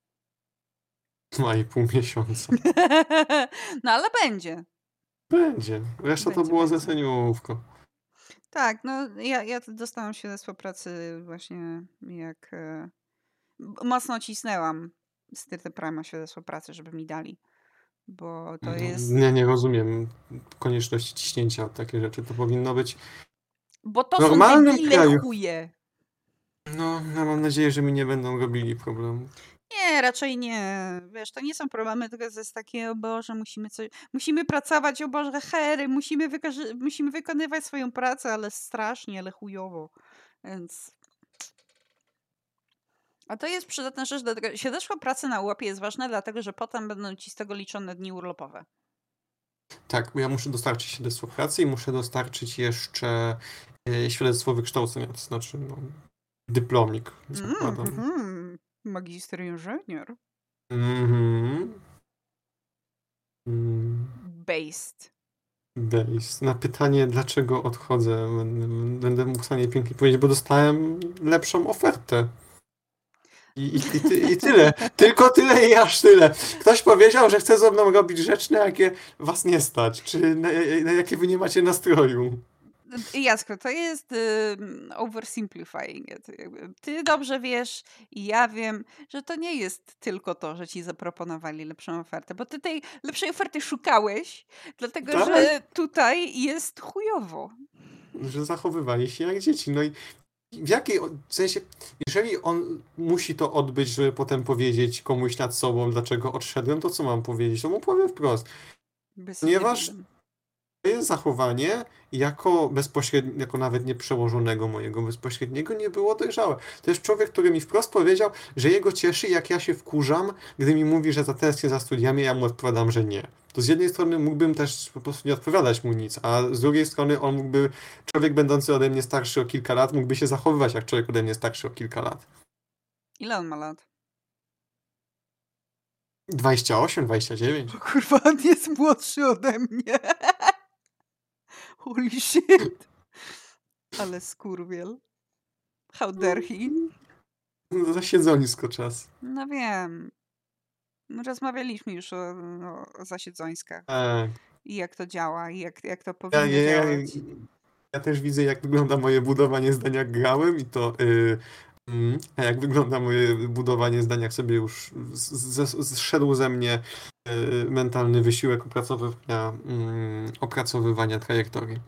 2,5 miesiąca. No ale będzie. Będzie. Reszta to Będzie, było będzie. zleceniówko. Tak, no ja dostałam świadectwo pracy właśnie jak mocno cisnęłam Styrtę Prima świadectwo pracy, żeby mi dali. Bo to jest... Nie rozumiem konieczności ciśnięcia takie rzeczy. To powinno być Bo to w normalnym są debile kraju. chuje. No, ja mam nadzieję, że mi nie będą robili problemu. Nie, raczej nie. Wiesz, to nie są problemy, tylko to jest takie, o Boże, musimy pracować, o Boże, hery, musimy wykonywać swoją pracę, ale strasznie, ale chujowo. Więc... A to jest przydatna rzecz, dlatego świadectwo pracy na UOP jest ważne, dlatego że potem będą ci z tego liczone dni urlopowe. Tak, bo ja muszę dostarczyć świadectwo pracy i muszę dostarczyć jeszcze świadectwo wykształcenia, to znaczy dyplomik, zakładam. Magister inżynier. Mhm. Mm. Based. Na pytanie, dlaczego odchodzę, będę mógł w stanie pięknie powiedzieć, bo dostałem lepszą ofertę. I tyle. Tylko tyle i aż tyle. Ktoś powiedział, że chce ze mną robić rzeczy, na jakie was nie stać, czy na jakie wy nie macie nastroju. Jacku, to jest oversimplifying. Ty dobrze wiesz i ja wiem, że to nie jest tylko to, że ci zaproponowali lepszą ofertę, bo ty tej lepszej oferty szukałeś, dlatego Tak. że tutaj jest chujowo. Że zachowywali się jak dzieci. No i w jakiej sensie, jeżeli on musi to odbyć, żeby potem powiedzieć komuś nad sobą, dlaczego odszedłem, to co mam powiedzieć? To mu powiem wprost. Ponieważ to jest zachowanie jako bezpośrednio, jako nawet nie przełożonego mojego bezpośredniego nie było dojrzałe. To jest człowiek, który mi wprost powiedział, że jego cieszy, jak ja się wkurzam, gdy mi mówi, że zatęsknię za studiami, ja mu odpowiadam, że nie. To z jednej strony mógłbym też po prostu nie odpowiadać mu nic, a z drugiej strony on mógłby, człowiek będący ode mnie starszy o kilka lat, mógłby się zachowywać jak człowiek ode mnie starszy o kilka lat. Ile on ma lat? 28, 29. O kurwa, on jest młodszy ode mnie. Holy shit. Ale skurwiel. How dare he? No, zasiedzonisko czas. No wiem. Rozmawialiśmy już o zasiedzońskach. I jak to działa, i jak to powinno działać. Ja też widzę, jak wygląda moje budowanie zdania, jak grałem i to a jak wygląda moje budowanie zdania, jak sobie już zszedł ze mnie mentalny wysiłek opracowywania trajektorii.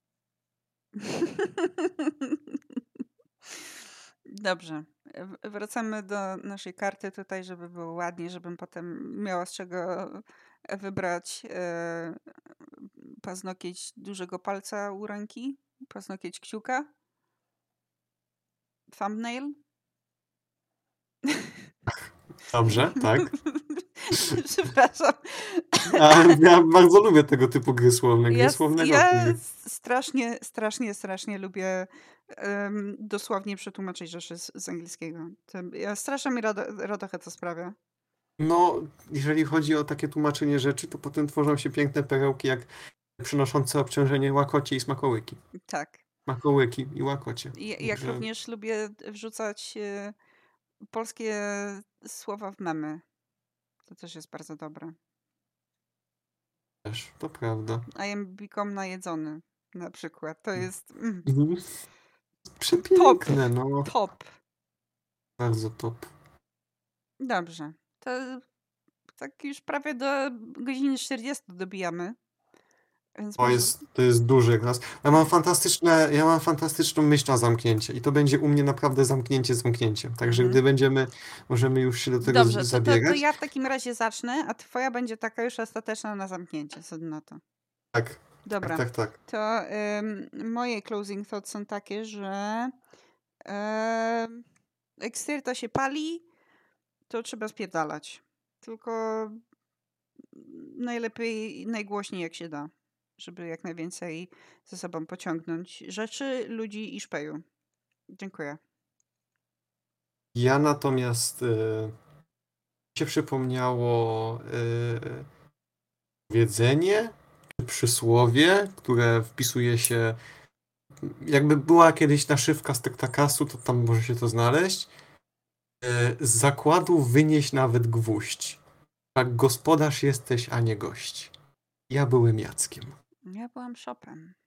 Dobrze. Wracamy do naszej karty tutaj, żeby było ładnie, żebym potem miała z czego wybrać paznokieć dużego palca u ręki, paznokieć kciuka, thumbnail. Dobrze, tak. Przepraszam. Ja bardzo lubię tego typu gry słowne. Ja strasznie lubię dosłownie przetłumaczyć rzeczy z angielskiego. Strasznie mi radochę to sprawia. No, jeżeli chodzi o takie tłumaczenie rzeczy, to potem tworzą się piękne perełki, jak przynoszące obciążenie łakocie i smakołyki. Tak. Smakołyki i łakocie. Jak również lubię wrzucać polskie słowa w memy. To też jest bardzo dobre. Też, to prawda. I am become najedzony na przykład. To jest... Przepiękne, no. Top. Bardzo top. Dobrze. To tak już prawie do godziny 40 dobijamy. Więc to jest duży raz. Ja mam fantastyczną myśl na zamknięcie i to będzie u mnie naprawdę zamknięcie. Także gdy możemy już się do tego zabierać. Dobrze, to ja w takim razie zacznę, a twoja będzie taka już ostateczna na zamknięcie. Co na to? Tak. Dobra. Tak. To moje closing thoughts są takie, że jak styrta się pali, to trzeba spierdalać. Tylko najlepiej, najgłośniej jak się da, żeby jak najwięcej ze sobą pociągnąć rzeczy, ludzi i szpeju. Dziękuję. Ja natomiast się przypomniało powiedzenie, przysłowie, które wpisuje się, jakby była kiedyś naszywka z Tektakasu, to tam może się to znaleźć. Z zakładu wynieś nawet gwóźdź. Tak gospodarz jesteś, a nie gość. Ja byłem Jackiem. Ja byłam Chopin.